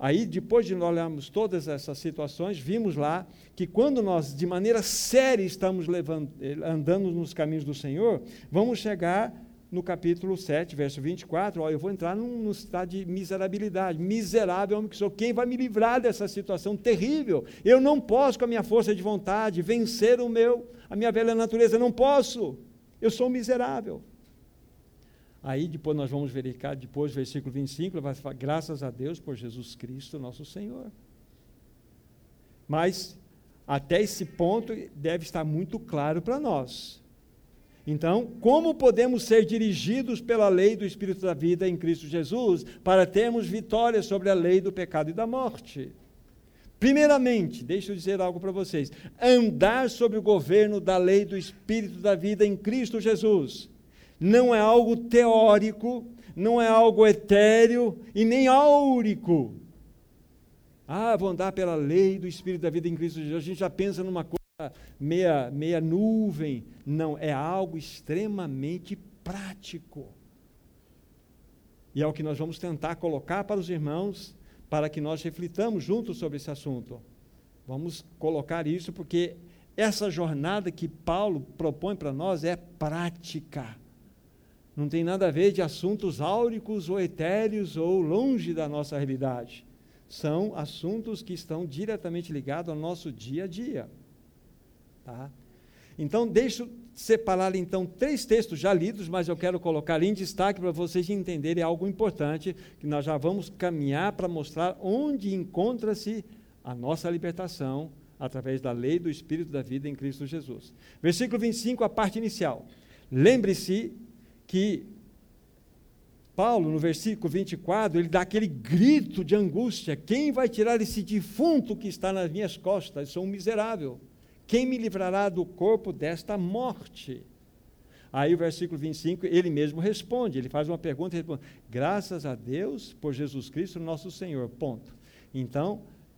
Aí, depois de nós olharmos todas essas situações, vimos lá que quando nós, de maneira séria, estamos andando nos caminhos do Senhor, vamos chegar no capítulo 7, verso 24, eu vou entrar num estado de miserabilidade. Miserável homem que sou, quem vai me livrar dessa situação terrível? Eu não posso, com a minha força de vontade, vencer a minha velha natureza, não posso. Eu sou miserável. Aí depois nós vamos verificar, depois do versículo 25, ele vai falar, graças a Deus por Jesus Cristo, nosso Senhor. Mas, até esse ponto, deve estar muito claro para nós. Então, como podemos ser dirigidos pela lei do Espírito da vida em Cristo Jesus, para termos vitória sobre a lei do pecado e da morte? Primeiramente, deixa eu dizer algo para vocês, andar sob o governo da lei do Espírito da vida em Cristo Jesus. Não é algo teórico, não é algo etéreo e nem áurico. Vou andar pela lei do Espírito da vida em Cristo Jesus. A gente já pensa numa coisa meia nuvem. Não, é algo extremamente prático. E é o que nós vamos tentar colocar para os irmãos, para que nós reflitamos juntos sobre esse assunto. Vamos colocar isso porque essa jornada que Paulo propõe para nós é prática. Não tem nada a ver de assuntos áuricos ou etéreos ou longe da nossa realidade. São assuntos que estão diretamente ligados ao nosso dia a dia. Tá? Então, deixa eu separar então 3 textos já lidos, mas eu quero colocar em destaque para vocês entenderem algo importante, que nós já vamos caminhar para mostrar onde encontra-se a nossa libertação através da lei do Espírito da vida em Cristo Jesus. Versículo 25, a parte inicial. Lembre-se que Paulo, no versículo 24, ele dá aquele grito de angústia, quem vai tirar esse defunto que está nas minhas costas? Sou um miserável. Quem me livrará do corpo desta morte? Aí o versículo 25, ele mesmo responde, ele faz uma pergunta e responde, graças a Deus por Jesus Cristo nosso Senhor, ponto. Então,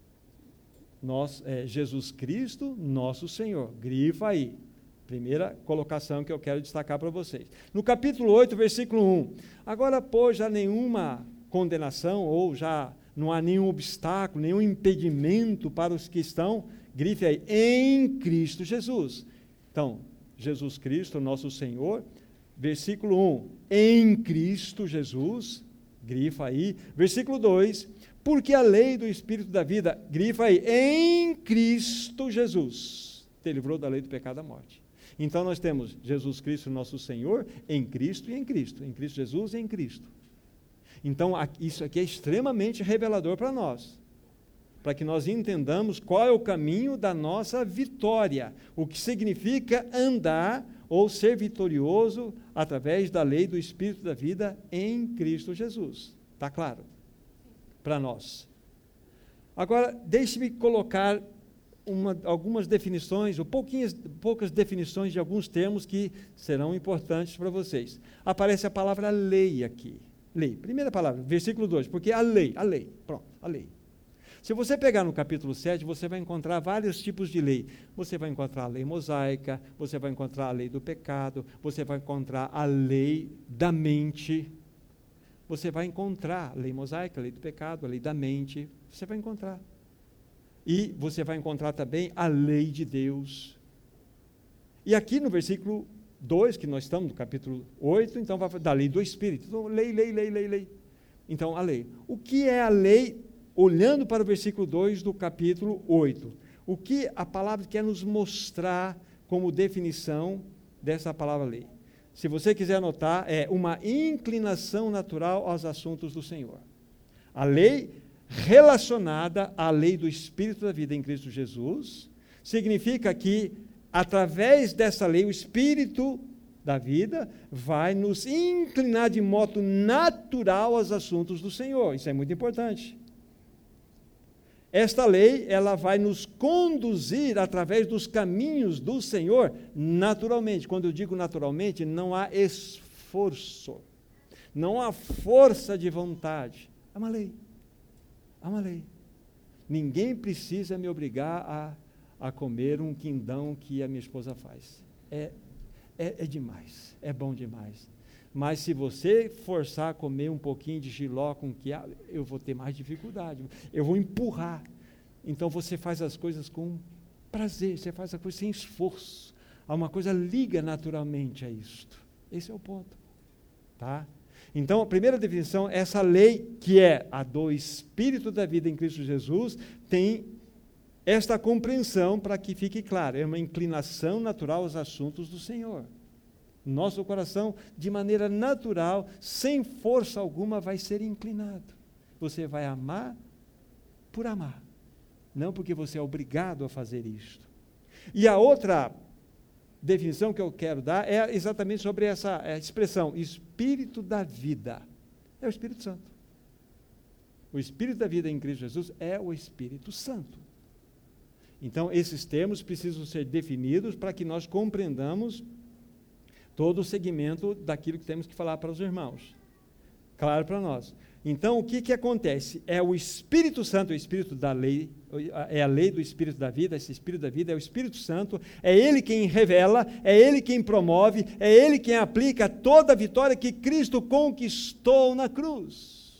Jesus Cristo nosso Senhor, grifa aí. Primeira colocação que eu quero destacar para vocês. No capítulo 8, versículo 1. Agora, pois, já nenhuma condenação, ou já não há nenhum obstáculo, nenhum impedimento para os que estão, grife aí, em Cristo Jesus. Então, Jesus Cristo, nosso Senhor. Versículo 1. Em Cristo Jesus, grifa aí. Versículo 2. Porque a lei do Espírito da vida, grifa aí, em Cristo Jesus, te livrou da lei do pecado e da morte. Então, nós temos Jesus Cristo, nosso Senhor, em Cristo e em Cristo Jesus e em Cristo. Então, isso aqui é extremamente revelador para nós, para que nós entendamos qual é o caminho da nossa vitória, o que significa andar ou ser vitorioso através da lei do Espírito da vida em Cristo Jesus. Está claro? Para nós. Agora, deixe-me colocar algumas definições, ou poucas definições de alguns termos que serão importantes para vocês. Aparece a palavra lei aqui. Lei, primeira palavra, versículo 2, porque a lei, pronto, a lei. Se você pegar no capítulo 7, você vai encontrar vários tipos de lei. Você vai encontrar a lei mosaica, você vai encontrar a lei do pecado, você vai encontrar a lei da mente. Você vai encontrar a lei mosaica, a lei do pecado, a lei da mente, você vai encontrar. E você vai encontrar também a lei de Deus. E aqui no versículo 2, que nós estamos no capítulo 8, então vai da lei do Espírito. Então, lei. Então, a lei. O que é a lei? Olhando para o versículo 2 do capítulo 8. O que a palavra quer nos mostrar como definição dessa palavra lei? Se você quiser anotar, é uma inclinação natural aos assuntos do Senhor. A lei relacionada à lei do Espírito da vida em Cristo Jesus, significa que, através dessa lei, o Espírito da vida vai nos inclinar de modo natural aos assuntos do Senhor. Isso é muito importante. Esta lei, ela vai nos conduzir através dos caminhos do Senhor naturalmente. Quando eu digo naturalmente, não há esforço, não há força de vontade. É uma lei. Há uma lei. Ninguém precisa me obrigar a comer um quindão que a minha esposa faz. É demais, é bom demais. Mas se você forçar a comer um pouquinho de jiló com quiabo, eu vou ter mais dificuldade, eu vou empurrar. Então você faz as coisas com prazer, você faz a coisa sem esforço. Uma coisa liga naturalmente a isto. Esse é o ponto. Tá? Então, a primeira definição, essa lei que é a do Espírito da vida em Cristo Jesus, tem esta compreensão para que fique claro, é uma inclinação natural aos assuntos do Senhor. Nosso coração, de maneira natural, sem força alguma, vai ser inclinado. Você vai amar por amar, não porque você é obrigado a fazer isto. E a outra definição que eu quero dar é exatamente sobre essa expressão, Espírito da vida. É o Espírito Santo. O Espírito da vida em Cristo Jesus é o Espírito Santo. Então, esses termos precisam ser definidos para que nós compreendamos todo o segmento daquilo que temos que falar para os irmãos. Claro para nós. Então, o que acontece? É o Espírito Santo, o Espírito da lei, é a lei do Espírito da vida, esse Espírito da vida é o Espírito Santo, é Ele quem revela, é Ele quem promove, é Ele quem aplica toda a vitória que Cristo conquistou na cruz.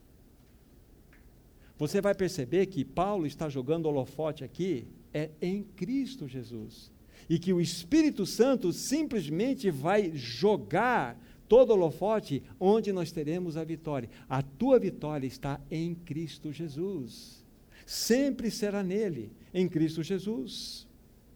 Você vai perceber que Paulo está jogando holofote aqui, é em Cristo Jesus. E que o Espírito Santo simplesmente vai jogar todo holofote onde nós teremos a vitória. A tua vitória está em Cristo Jesus. Sempre será nele, em Cristo Jesus.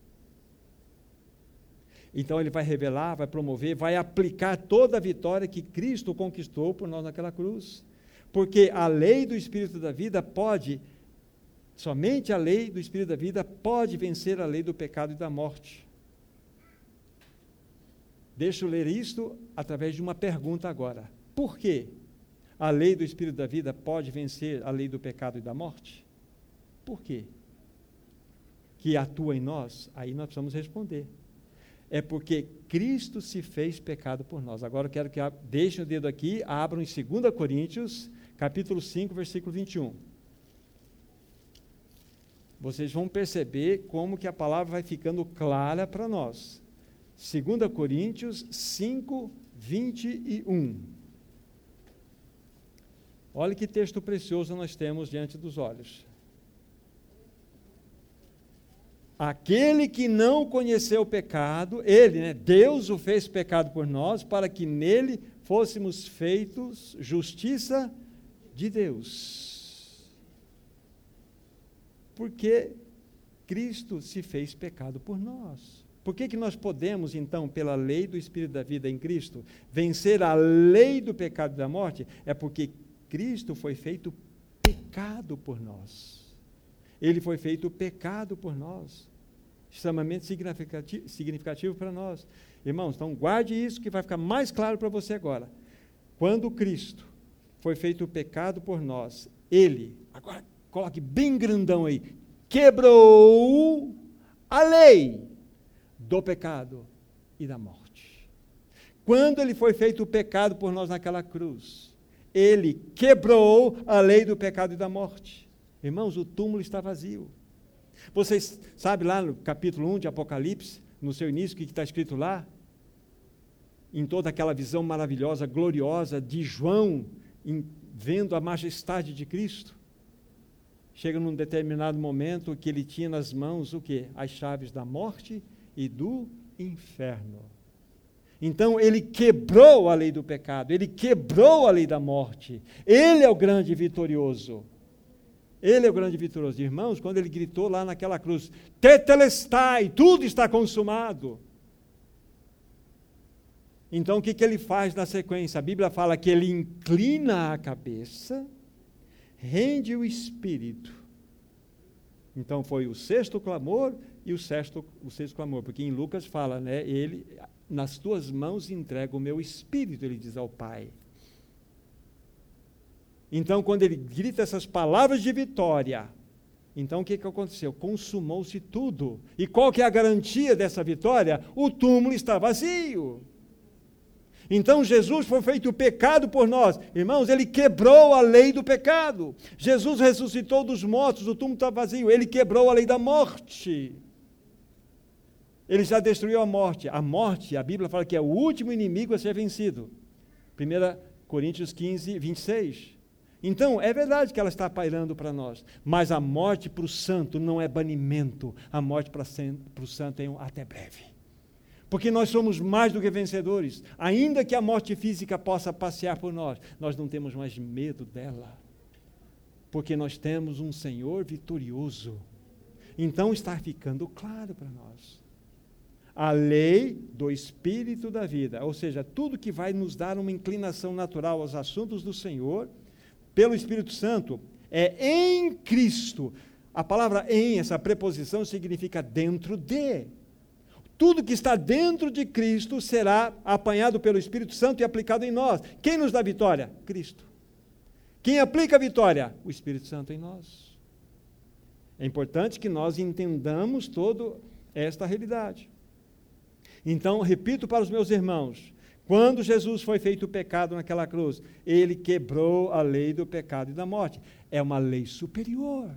Então ele vai revelar, vai promover, vai aplicar toda a vitória que Cristo conquistou por nós naquela cruz. Porque a lei do Espírito da vida somente a lei do Espírito da vida pode vencer a lei do pecado e da morte. Deixa eu ler isto através de uma pergunta agora. Por que a lei do Espírito da vida pode vencer a lei do pecado e da morte? Por quê? Que atua em nós? Aí nós precisamos responder. É porque Cristo se fez pecado por nós. Agora eu quero que deixem o dedo aqui, abram em 2 Coríntios, capítulo 5, versículo 21. Vocês vão perceber como que a palavra vai ficando clara para nós. 2 Coríntios 5, 21. Olha que texto precioso nós temos diante dos olhos. Aquele que não conheceu o pecado, ele, Deus o fez pecado por nós, para que nele fôssemos feitos justiça de Deus. Porque Cristo se fez pecado por nós. Por que nós podemos, então, pela lei do Espírito da vida em Cristo, vencer a lei do pecado e da morte? É porque Cristo foi feito pecado por nós. Ele foi feito pecado por nós. Extremamente significativo para nós. Irmãos, então guarde isso que vai ficar mais claro para você agora. Quando Cristo foi feito pecado por nós, Ele, agora coloque bem grandão aí, quebrou a lei do pecado e da morte. Quando Ele foi feito pecado por nós naquela cruz, Ele quebrou a lei do pecado e da morte. Irmãos, o túmulo está vazio. Vocês sabem lá no capítulo 1 de Apocalipse, no seu início, o que está escrito lá? Em toda aquela visão maravilhosa, gloriosa de João, vendo a majestade de Cristo. Chega num determinado momento que ele tinha nas mãos o quê? As chaves da morte e do inferno. Então ele quebrou a lei do pecado, ele quebrou a lei da morte. Ele é o grande vitorioso. Ele é o grande vitorioso. Irmãos, quando ele gritou lá naquela cruz, tetelestai, tudo está consumado. Então o que ele faz na sequência? A Bíblia fala que ele inclina a cabeça, rende o espírito. Então foi o sexto clamor e o sexto clamor, porque em Lucas fala, ele, nas tuas mãos entrega o meu espírito, ele diz ao Pai. Então, quando ele grita essas palavras de vitória, então o que aconteceu? Consumou-se tudo. E qual que é a garantia dessa vitória? O túmulo está vazio. Então, Jesus foi feito pecado por nós. Irmãos, ele quebrou a lei do pecado. Jesus ressuscitou dos mortos, o túmulo está vazio. Ele quebrou a lei da morte. Ele já destruiu a morte. A morte, a Bíblia fala que é o último inimigo a ser vencido. 1 Coríntios 15, 26. Então, é verdade que ela está pairando para nós, mas a morte para o santo não é banimento, a morte para o santo é um até breve. Porque nós somos mais do que vencedores, ainda que a morte física possa passear por nós, nós não temos mais medo dela, porque nós temos um Senhor vitorioso. Então está ficando claro para nós. A lei do Espírito da vida, ou seja, tudo que vai nos dar uma inclinação natural aos assuntos do Senhor, pelo Espírito Santo, é em Cristo. A palavra em, essa preposição, significa dentro de. Tudo que está dentro de Cristo será apanhado pelo Espírito Santo e aplicado em nós. Quem nos dá vitória? Cristo. Quem aplica a vitória? O Espírito Santo em nós. É importante que nós entendamos toda esta realidade. Então, repito para os meus irmãos, quando Jesus foi feito pecado naquela cruz, ele quebrou a lei do pecado e da morte. É uma lei superior.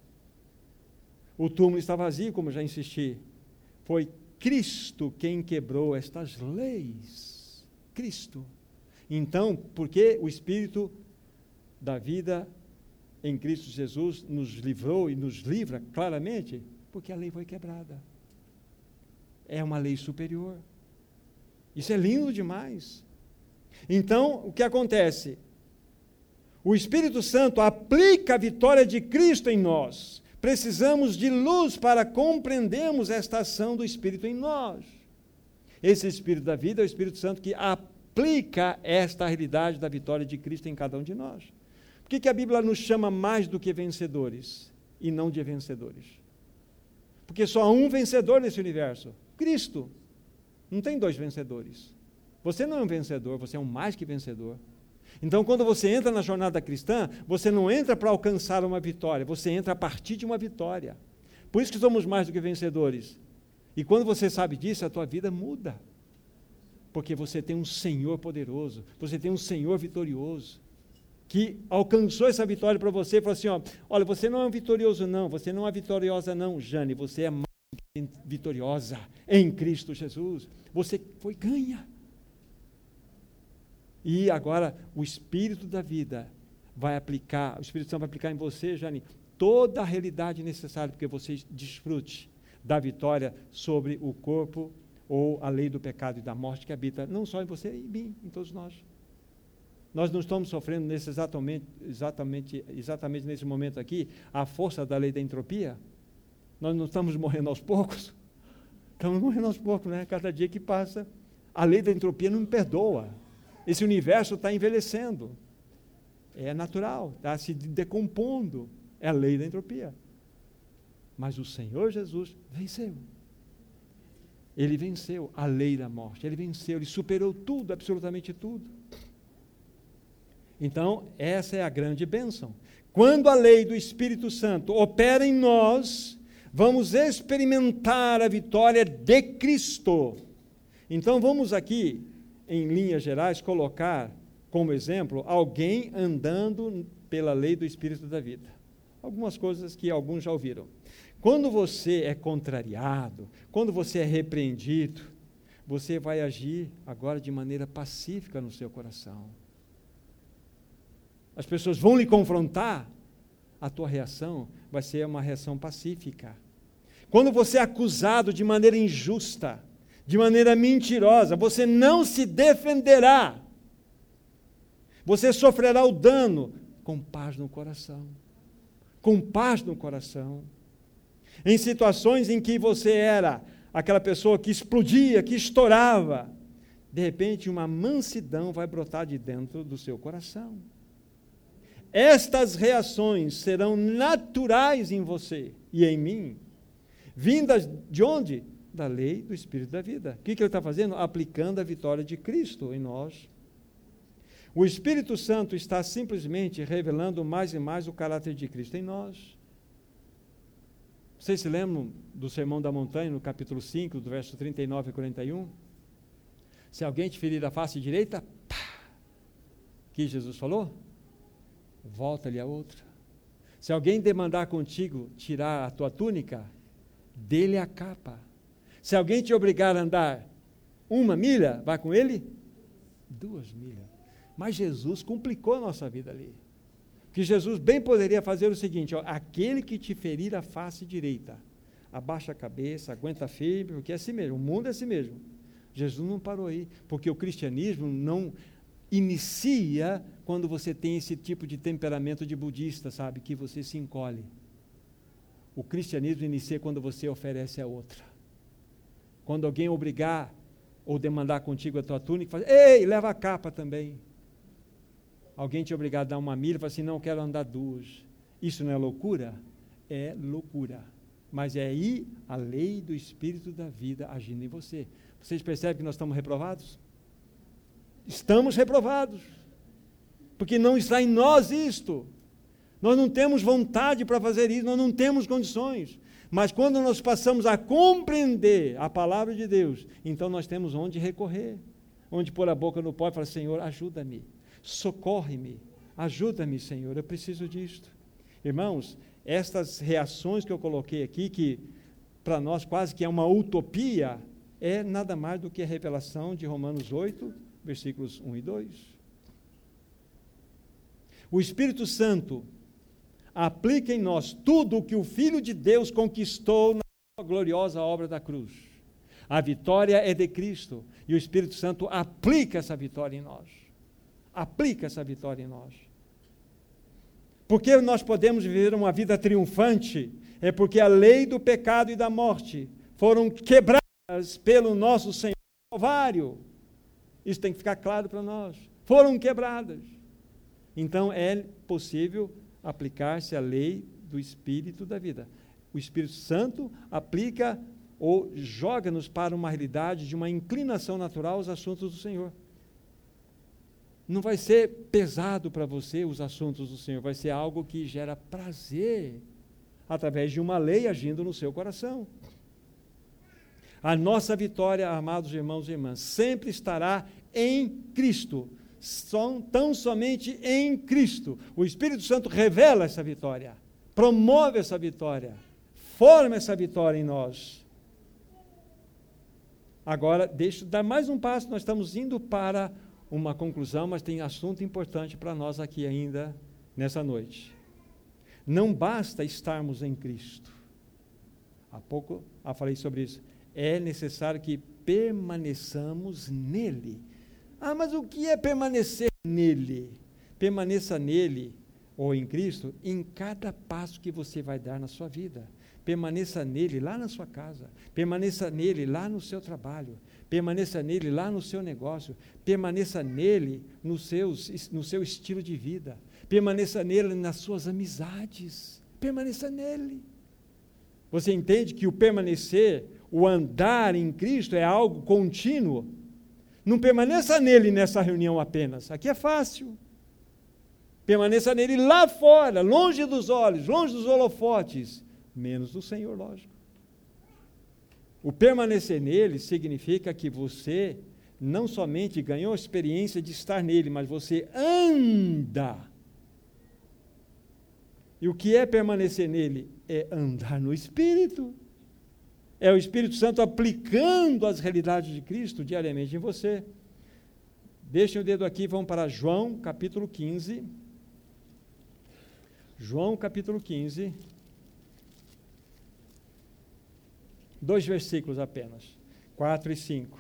O túmulo está vazio, como já insisti. Foi Cristo quem quebrou estas leis. Cristo. Então, porque o Espírito da vida em Cristo Jesus nos livrou e nos livra claramente? Porque a lei foi quebrada. É uma lei superior. Isso é lindo demais. Então, o que acontece? O Espírito Santo aplica a vitória de Cristo em nós. Precisamos de luz para compreendermos esta ação do Espírito em nós. Esse Espírito da vida é o Espírito Santo que aplica esta realidade da vitória de Cristo em cada um de nós. Por que a Bíblia nos chama mais do que vencedores e não de vencedores? Porque só há um vencedor nesse universo, Cristo. Não tem dois vencedores. Você não é um vencedor, você é um mais que vencedor. Então, quando você entra na jornada cristã, você não entra para alcançar uma vitória, você entra a partir de uma vitória. Por isso que somos mais do que vencedores. E quando você sabe disso, a tua vida muda. Porque você tem um Senhor poderoso, você tem um Senhor vitorioso, que alcançou essa vitória para você e falou assim, olha, você não é um vitorioso não, você não é vitoriosa não, Jane, você é mais vitoriosa em Cristo Jesus. Você foi ganha. E agora o Espírito da vida vai aplicar, o Espírito Santo vai aplicar em você, Jane, toda a realidade necessária para que você desfrute da vitória sobre o corpo ou a lei do pecado e da morte que habita não só em você, em mim, em todos nós. Nós não estamos sofrendo exatamente nesse momento aqui a força da lei da entropia. Nós não estamos morrendo aos poucos. Estamos morrendo aos poucos, né? Cada dia que passa, a lei da entropia não me perdoa. Esse universo está envelhecendo. É natural, está se decompondo. É a lei da entropia. Mas o Senhor Jesus venceu. Ele venceu a lei da morte. Ele venceu, ele superou tudo, absolutamente tudo. Então, essa é a grande bênção. Quando a lei do Espírito Santo opera em nós, vamos experimentar a vitória de Cristo. Então, vamos aqui, em linhas gerais, colocar como exemplo alguém andando pela lei do Espírito da vida. Algumas coisas que alguns já ouviram. Quando você é contrariado, quando você é repreendido, você vai agir agora de maneira pacífica no seu coração. As pessoas vão lhe confrontar, a tua reação vai ser uma reação pacífica. Quando você é acusado de maneira injusta, de maneira mentirosa, você não se defenderá. Você sofrerá o dano com paz no coração. Com paz no coração. Em situações em que você era aquela pessoa que explodia, que estourava, de repente uma mansidão vai brotar de dentro do seu coração. Estas reações serão naturais em você e em mim, vindas de onde? Da lei do Espírito da vida. O que ele está fazendo? Aplicando a vitória de Cristo em nós. O Espírito Santo está simplesmente revelando mais e mais o caráter de Cristo em nós. Vocês se lembram do Sermão da Montanha, no capítulo 5, do verso 39 a 41? Se alguém te ferir a face direita, pá! Que Jesus falou? Volta-lhe a outra. Se alguém demandar contigo tirar a tua túnica, dê-lhe a capa. Se alguém te obrigar a andar 1 milha, vai com ele 2 milhas. Mas Jesus complicou a nossa vida ali. Que Jesus bem poderia fazer o seguinte, ó, aquele que te ferir a face direita, abaixa a cabeça, aguenta firme, porque é assim mesmo, o mundo é assim mesmo. Jesus não parou aí, porque o cristianismo não inicia quando você tem esse tipo de temperamento de budista, sabe, que você se encolhe. O cristianismo inicia quando você oferece a outra. Quando alguém obrigar ou demandar contigo a tua túnica, fala, ei, leva a capa também. Alguém te obrigar a dar uma milha, fala assim, não, quero andar duas. Isso não é loucura? É loucura. Mas é aí a lei do Espírito da vida agindo em você. Vocês percebem que nós estamos reprovados? Estamos reprovados. Porque não está em nós isto. Nós não temos vontade para fazer isso, nós não temos condições. Mas quando nós passamos a compreender a palavra de Deus, então nós temos onde recorrer, onde pôr a boca no pó e falar, Senhor, ajuda-me, socorre-me, ajuda-me, Senhor, eu preciso disto. Irmãos, estas reações que eu coloquei aqui, que para nós quase que é uma utopia, é nada mais do que a revelação de Romanos 8, versículos 1 e 2. O Espírito Santo aplica em nós tudo o que o Filho de Deus conquistou na sua gloriosa obra da cruz. A vitória é de Cristo, e o Espírito Santo aplica essa vitória em nós. Aplica essa vitória em nós. Porque nós podemos viver uma vida triunfante, é porque a lei do pecado e da morte foram quebradas pelo nosso Senhor Calvário. Isso tem que ficar claro para nós. Foram quebradas. Então é possível aplicar-se a lei do Espírito da vida. O Espírito Santo aplica ou joga-nos para uma realidade de uma inclinação natural aos assuntos do Senhor. Não vai ser pesado para você os assuntos do Senhor, vai ser algo que gera prazer, através de uma lei agindo no seu coração. A nossa vitória, amados irmãos e irmãs, sempre estará em Cristo, tão somente em Cristo. O Espírito Santo revela essa vitória, promove essa vitória, forma essa vitória em nós. Agora, deixa eu dar mais um passo, nós estamos indo para uma conclusão, mas tem assunto importante para nós aqui ainda nessa noite. Não basta estarmos em Cristo. Há pouco eu falei sobre isso. É necessário que permaneçamos nele. Ah, mas o que é permanecer nele? Permaneça nele, ou em Cristo, em cada passo que você vai dar na sua vida. Permaneça nele lá na sua casa. Permaneça nele lá no seu trabalho. Permaneça nele lá no seu negócio. Permaneça nele no seu estilo de vida. Permaneça nele nas suas amizades. Permaneça nele. Você entende que o permanecer, o andar em Cristo é algo contínuo? Não permaneça nele nessa reunião apenas. Aqui é fácil. Permaneça nele lá fora, longe dos olhos, longe dos holofotes, menos do Senhor, lógico. O permanecer nele significa que você não somente ganhou a experiência de estar nele, mas você anda. E o que é permanecer nele? É andar no Espírito. É o Espírito Santo aplicando as realidades de Cristo diariamente em você. Deixem o dedo aqui e vamos para João, capítulo 15. João, capítulo 15. 2 versículos apenas, 4 e 5.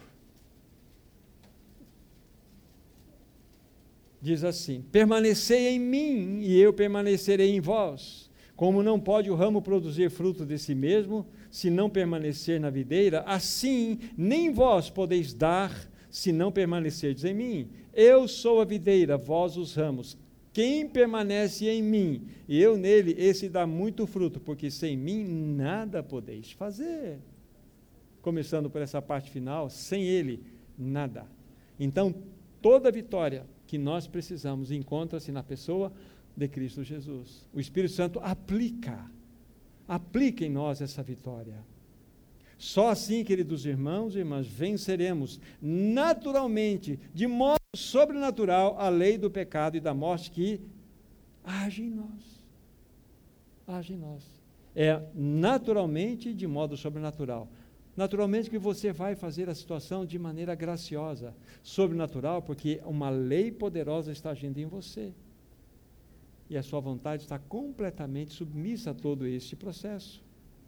Diz assim: permanecei em mim e eu permanecerei em vós. Como não pode o ramo produzir fruto de si mesmo, se não permanecer na videira, assim nem vós podeis dar, se não permanecerdes em mim. Eu sou a videira, vós os ramos. Quem permanece em mim e eu nele, esse dá muito fruto, porque sem mim nada podeis fazer. Começando por essa parte final, sem ele, nada. Então, toda vitória que nós precisamos encontra-se na pessoa de Cristo Jesus. O Espírito Santo aplica em nós essa vitória. Só assim, queridos irmãos e irmãs, venceremos naturalmente, de modo sobrenatural, a lei do pecado e da morte que age em nós. Age em nós. É naturalmente, de modo sobrenatural. Naturalmente que você vai fazer a situação de maneira graciosa, sobrenatural, porque uma lei poderosa está agindo em você. E a sua vontade está completamente submissa a todo este processo.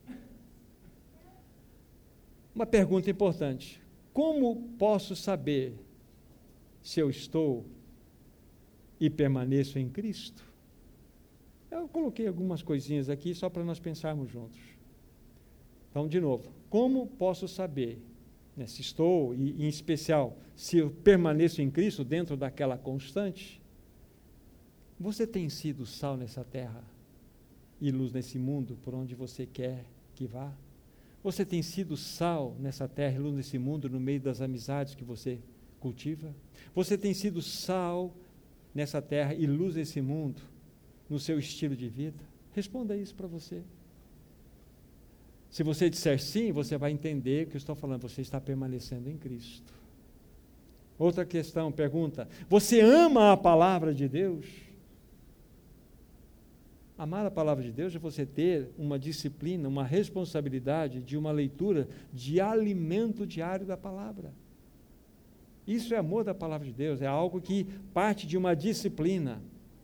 Uma pergunta importante: como posso saber se eu estou e permaneço em Cristo? Eu coloquei algumas coisinhas aqui só para nós pensarmos juntos. Então, de novo, como posso saber, né, se estou, e em especial, se eu permaneço em Cristo dentro daquela constante? Você tem sido sal nessa terra e luz nesse mundo por onde você quer que vá? Você tem sido sal nessa terra e luz nesse mundo no meio das amizades que você cultiva? Você tem sido sal nessa terra e luz nesse mundo no seu estilo de vida? Responda isso para você. Se você disser sim, você vai entender o que eu estou falando, você está permanecendo em Cristo. Outra questão, pergunta: você ama a palavra de Deus? Amar a palavra de Deus é você ter uma disciplina, uma responsabilidade de uma leitura de alimento diário da palavra. Isso é amor da palavra de Deus, é algo que parte de uma disciplina.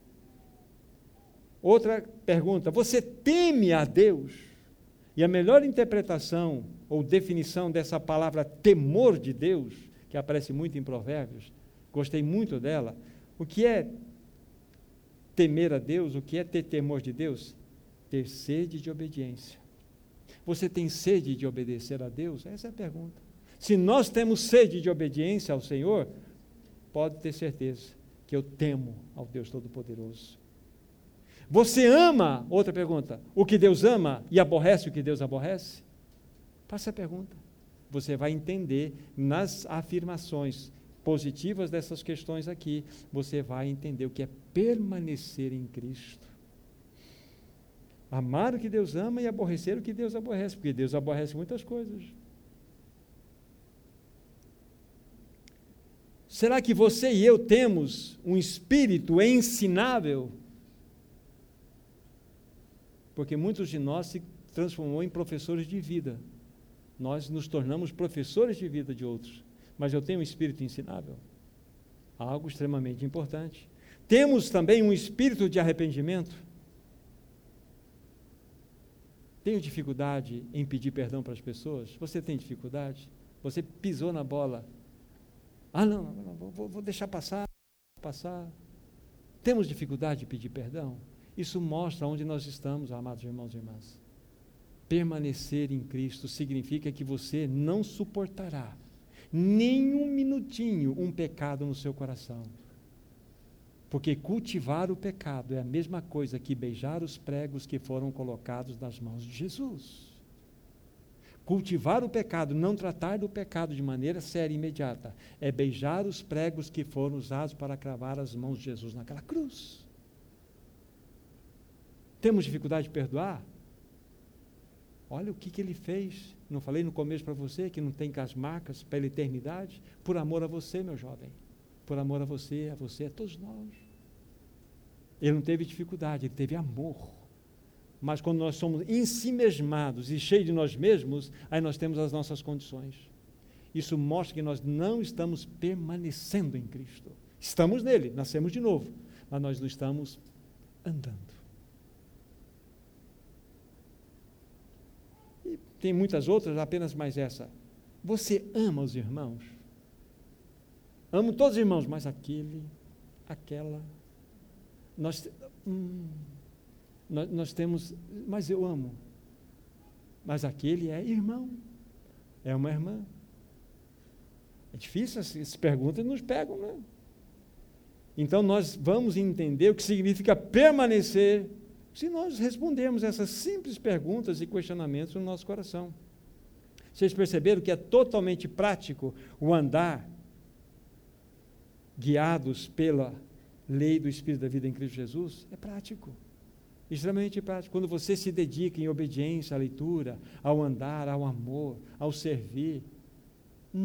Outra pergunta: você teme a Deus? E a melhor interpretação ou definição dessa palavra temor de Deus, que aparece muito em Provérbios, gostei muito dela. O que é temer a Deus? O que é ter temor de Deus? Ter sede de obediência. Você tem sede de obedecer a Deus? Essa é a pergunta. Se nós temos sede de obediência ao Senhor, pode ter certeza que eu temo ao Deus Todo-Poderoso. Você ama, outra pergunta, o que Deus ama e aborrece o que Deus aborrece? Faça a pergunta. Você vai entender nas afirmações positivas dessas questões aqui, você vai entender o que é permanecer em Cristo. Amar o que Deus ama e aborrecer o que Deus aborrece, porque Deus aborrece muitas coisas. Será que você e eu temos um espírito ensinável? Porque muitos de nós se transformou em professores de vida. Nós nos tornamos professores de vida de outros. Mas eu tenho um espírito ensinável. Algo extremamente importante. Temos também um espírito de arrependimento. Tenho dificuldade em pedir perdão para as pessoas? Você tem dificuldade? Você pisou na bola. Não, vou deixar passar. Temos dificuldade de pedir perdão? Isso mostra onde nós estamos, amados irmãos e irmãs. Permanecer em Cristo significa que você não suportará nem um minutinho um pecado no seu coração. Porque cultivar o pecado é a mesma coisa que beijar os pregos que foram colocados nas mãos de Jesus. Cultivar o pecado, não tratar do pecado de maneira séria e imediata, é beijar os pregos que foram usados para cravar as mãos de Jesus naquela cruz. Temos dificuldade de perdoar? Olha o que ele fez. Não falei no começo para você que não tem as marcas pela eternidade? Por amor a você, meu jovem. Por amor a você, a todos nós. Ele não teve dificuldade, ele teve amor. Mas quando nós somos ensimesmados e cheios de nós mesmos, aí nós temos as nossas condições. Isso mostra que nós não estamos permanecendo em Cristo. Estamos nele, nascemos de novo, mas nós não estamos andando. E tem muitas outras, apenas mais essa. Você ama os irmãos? Amo todos os irmãos, mas aquela. Nós temos, mas eu amo. Mas aquele é irmão, é uma irmã. É difícil, essas perguntas nos pegam, né? Então nós vamos entender o que significa permanecer se nós respondermos essas simples perguntas e questionamentos no nosso coração. Vocês perceberam que é totalmente prático o andar guiados pela lei do Espírito da vida em Cristo Jesus? É prático, extremamente prático. Quando você se dedica em obediência à leitura, ao andar, ao amor, ao servir,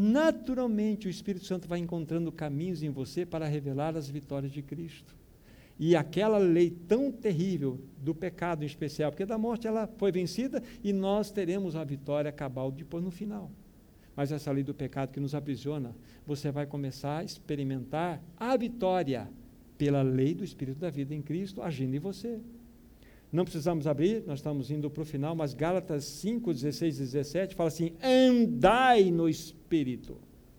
naturalmente o Espírito Santo vai encontrando caminhos em você para revelar as vitórias de Cristo. E aquela lei tão terrível do pecado em especial, porque da morte ela foi vencida e nós teremos a vitória cabal depois no final. Mas essa lei do pecado que nos aprisiona, você vai começar a experimentar a vitória pela lei do Espírito da vida em Cristo agindo em você. Não precisamos abrir, nós estamos indo para o final, mas Gálatas 5, 16 e 17 fala assim: andai no Espírito.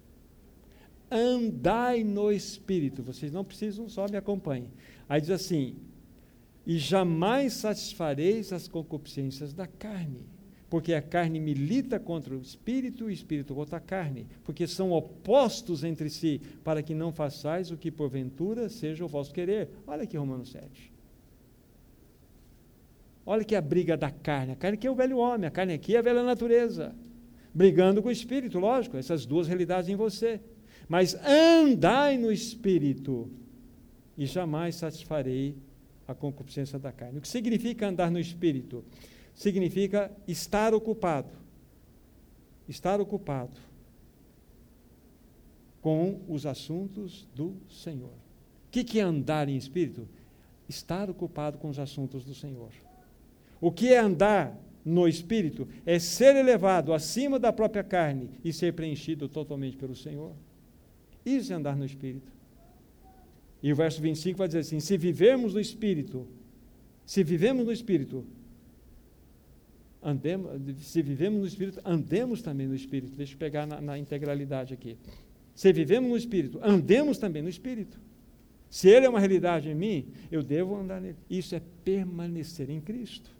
Andai no Espírito. Vocês não precisam, só me acompanhem. Aí diz assim: e jamais satisfareis as concupiscências da carne, porque a carne milita contra o Espírito e o Espírito contra a carne, porque são opostos entre si, para que não façais o que porventura seja o vosso querer. Olha aqui Romanos 7. Olha que a briga da carne. A carne aqui é o velho homem, a carne aqui é a velha natureza, brigando com o Espírito, lógico, essas duas realidades em você. Mas andai no Espírito, e jamais satisfarei a concupiscência da carne. O que significa andar no Espírito? Significa estar ocupado com os assuntos do Senhor. O que é andar em Espírito? Estar ocupado com os assuntos do Senhor. O que é andar no Espírito? É ser elevado acima da própria carne e ser preenchido totalmente pelo Senhor. Isso é andar no Espírito. E o verso 25 vai dizer assim: se vivemos no Espírito, andemos também no Espírito. Deixa eu pegar na integralidade aqui. Se vivemos no Espírito, andemos também no Espírito. Se Ele é uma realidade em mim, eu devo andar nele. Isso é permanecer em Cristo.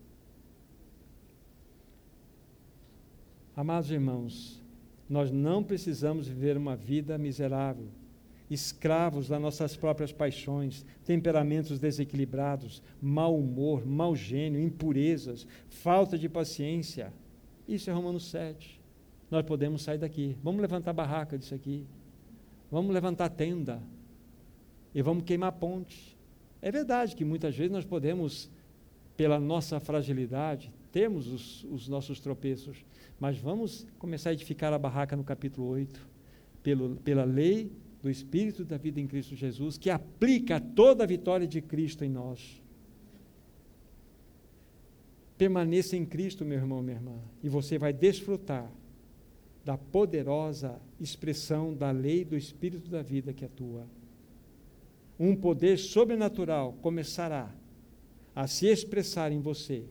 Amados irmãos, nós não precisamos viver uma vida miserável, escravos das nossas próprias paixões, temperamentos desequilibrados, mau humor, mau gênio, impurezas, falta de paciência. Isso é Romanos 7. Nós podemos sair daqui. Vamos levantar a barraca disso aqui. Vamos levantar a tenda. E vamos queimar a ponte. É verdade que muitas vezes nós podemos, pela nossa fragilidade, temos os nossos tropeços, mas vamos começar a edificar a barraca no capítulo 8, pela lei do Espírito da vida em Cristo Jesus, que aplica toda a vitória de Cristo em nós. Permaneça em Cristo, meu irmão, minha irmã, e você vai desfrutar da poderosa expressão da lei do Espírito da vida que atua. Um poder sobrenatural começará a se expressar em você,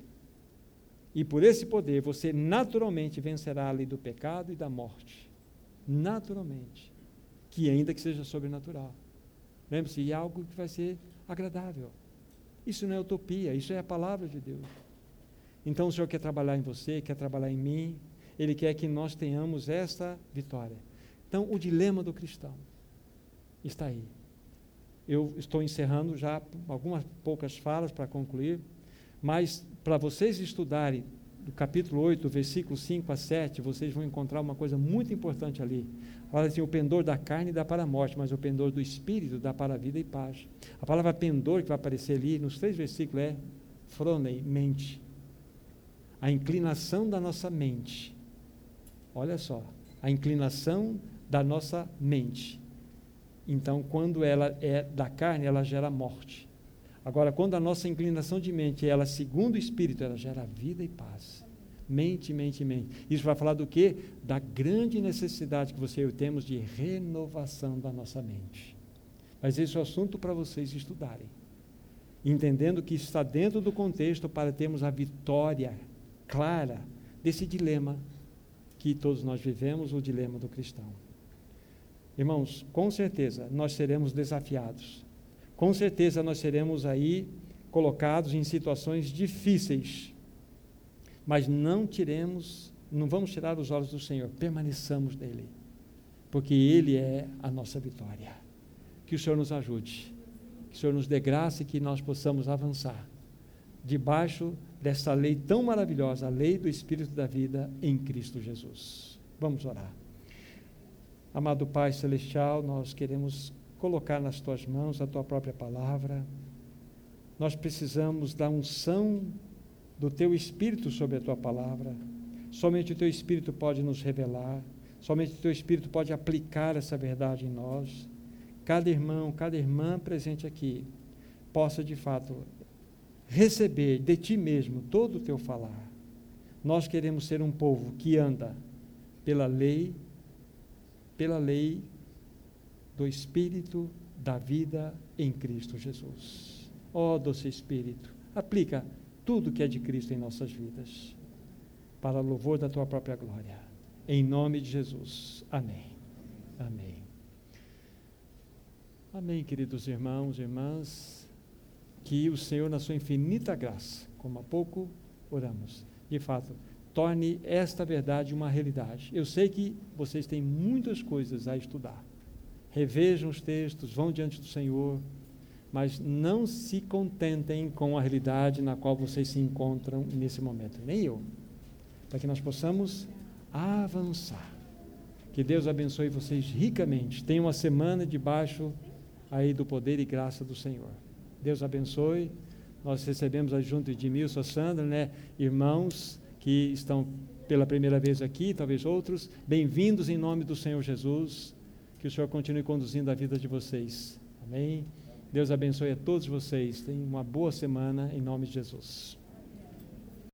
e por esse poder você naturalmente vencerá a lei do pecado e da morte. Naturalmente. Que ainda que seja sobrenatural. Lembre-se, é algo que vai ser agradável. Isso não é utopia, isso é a palavra de Deus. Então o Senhor quer trabalhar em você, quer trabalhar em mim, Ele quer que nós tenhamos esta vitória. Então o dilema do cristão está aí. Eu estou encerrando já algumas poucas falas para concluir, mas para vocês estudarem do capítulo 8, versículo 5 a 7, vocês vão encontrar uma coisa muito importante ali. Fala assim: o pendor da carne dá para a morte, mas o pendor do Espírito dá para a vida e paz. A palavra pendor que vai aparecer ali nos 3 versículos é phronei, mente. A inclinação da nossa mente. Olha só, a inclinação da nossa mente. Então, quando ela é da carne, ela gera morte. Agora, quando a nossa inclinação de mente, ela segundo o Espírito, ela gera vida e paz. Mente, mente, mente. Isso vai falar do quê? Da grande necessidade que você e eu temos de renovação da nossa mente. Mas esse é o assunto para vocês estudarem. Entendendo que está dentro do contexto para termos a vitória clara desse dilema que todos nós vivemos, o dilema do cristão. Irmãos, com certeza nós seremos desafiados. Com certeza nós seremos aí colocados em situações difíceis. Mas não vamos tirar os olhos do Senhor, permaneçamos nele, porque Ele é a nossa vitória. Que o Senhor nos ajude, que o Senhor nos dê graça e que nós possamos avançar, debaixo dessa lei tão maravilhosa, a lei do Espírito da vida em Cristo Jesus. Vamos orar. Amado Pai Celestial, nós queremos colocar nas Tuas mãos a Tua própria palavra. Nós precisamos da unção do Teu Espírito sobre a Tua palavra. Somente o Teu Espírito pode nos revelar, somente o Teu Espírito pode aplicar essa verdade em nós. Cada irmão, cada irmã presente aqui possa de fato receber de ti mesmo todo o teu falar. Nós queremos ser um povo que anda pela lei do Espírito da vida em Cristo Jesus. Ó doce Espírito, aplica tudo que é de Cristo em nossas vidas, para louvor da tua própria glória. Em nome de Jesus. Amém. Amém. Amém, queridos irmãos e irmãs, que o Senhor, na sua infinita graça, como há pouco oramos, de fato, torne esta verdade uma realidade. Eu sei que vocês têm muitas coisas a estudar. Revejam os textos, vão diante do Senhor, mas não se contentem com a realidade na qual vocês se encontram nesse momento, nem eu, para que nós possamos avançar. Que Deus abençoe vocês ricamente. Tenham uma semana debaixo aí do poder e graça do Senhor. Deus abençoe. Nós recebemos junto de Edmilson, Sandra, irmãos que estão pela primeira vez aqui, talvez outros, bem-vindos em nome do Senhor Jesus. Que o Senhor continue conduzindo a vida de vocês. Amém? Deus abençoe a todos vocês. Tenham uma boa semana em nome de Jesus.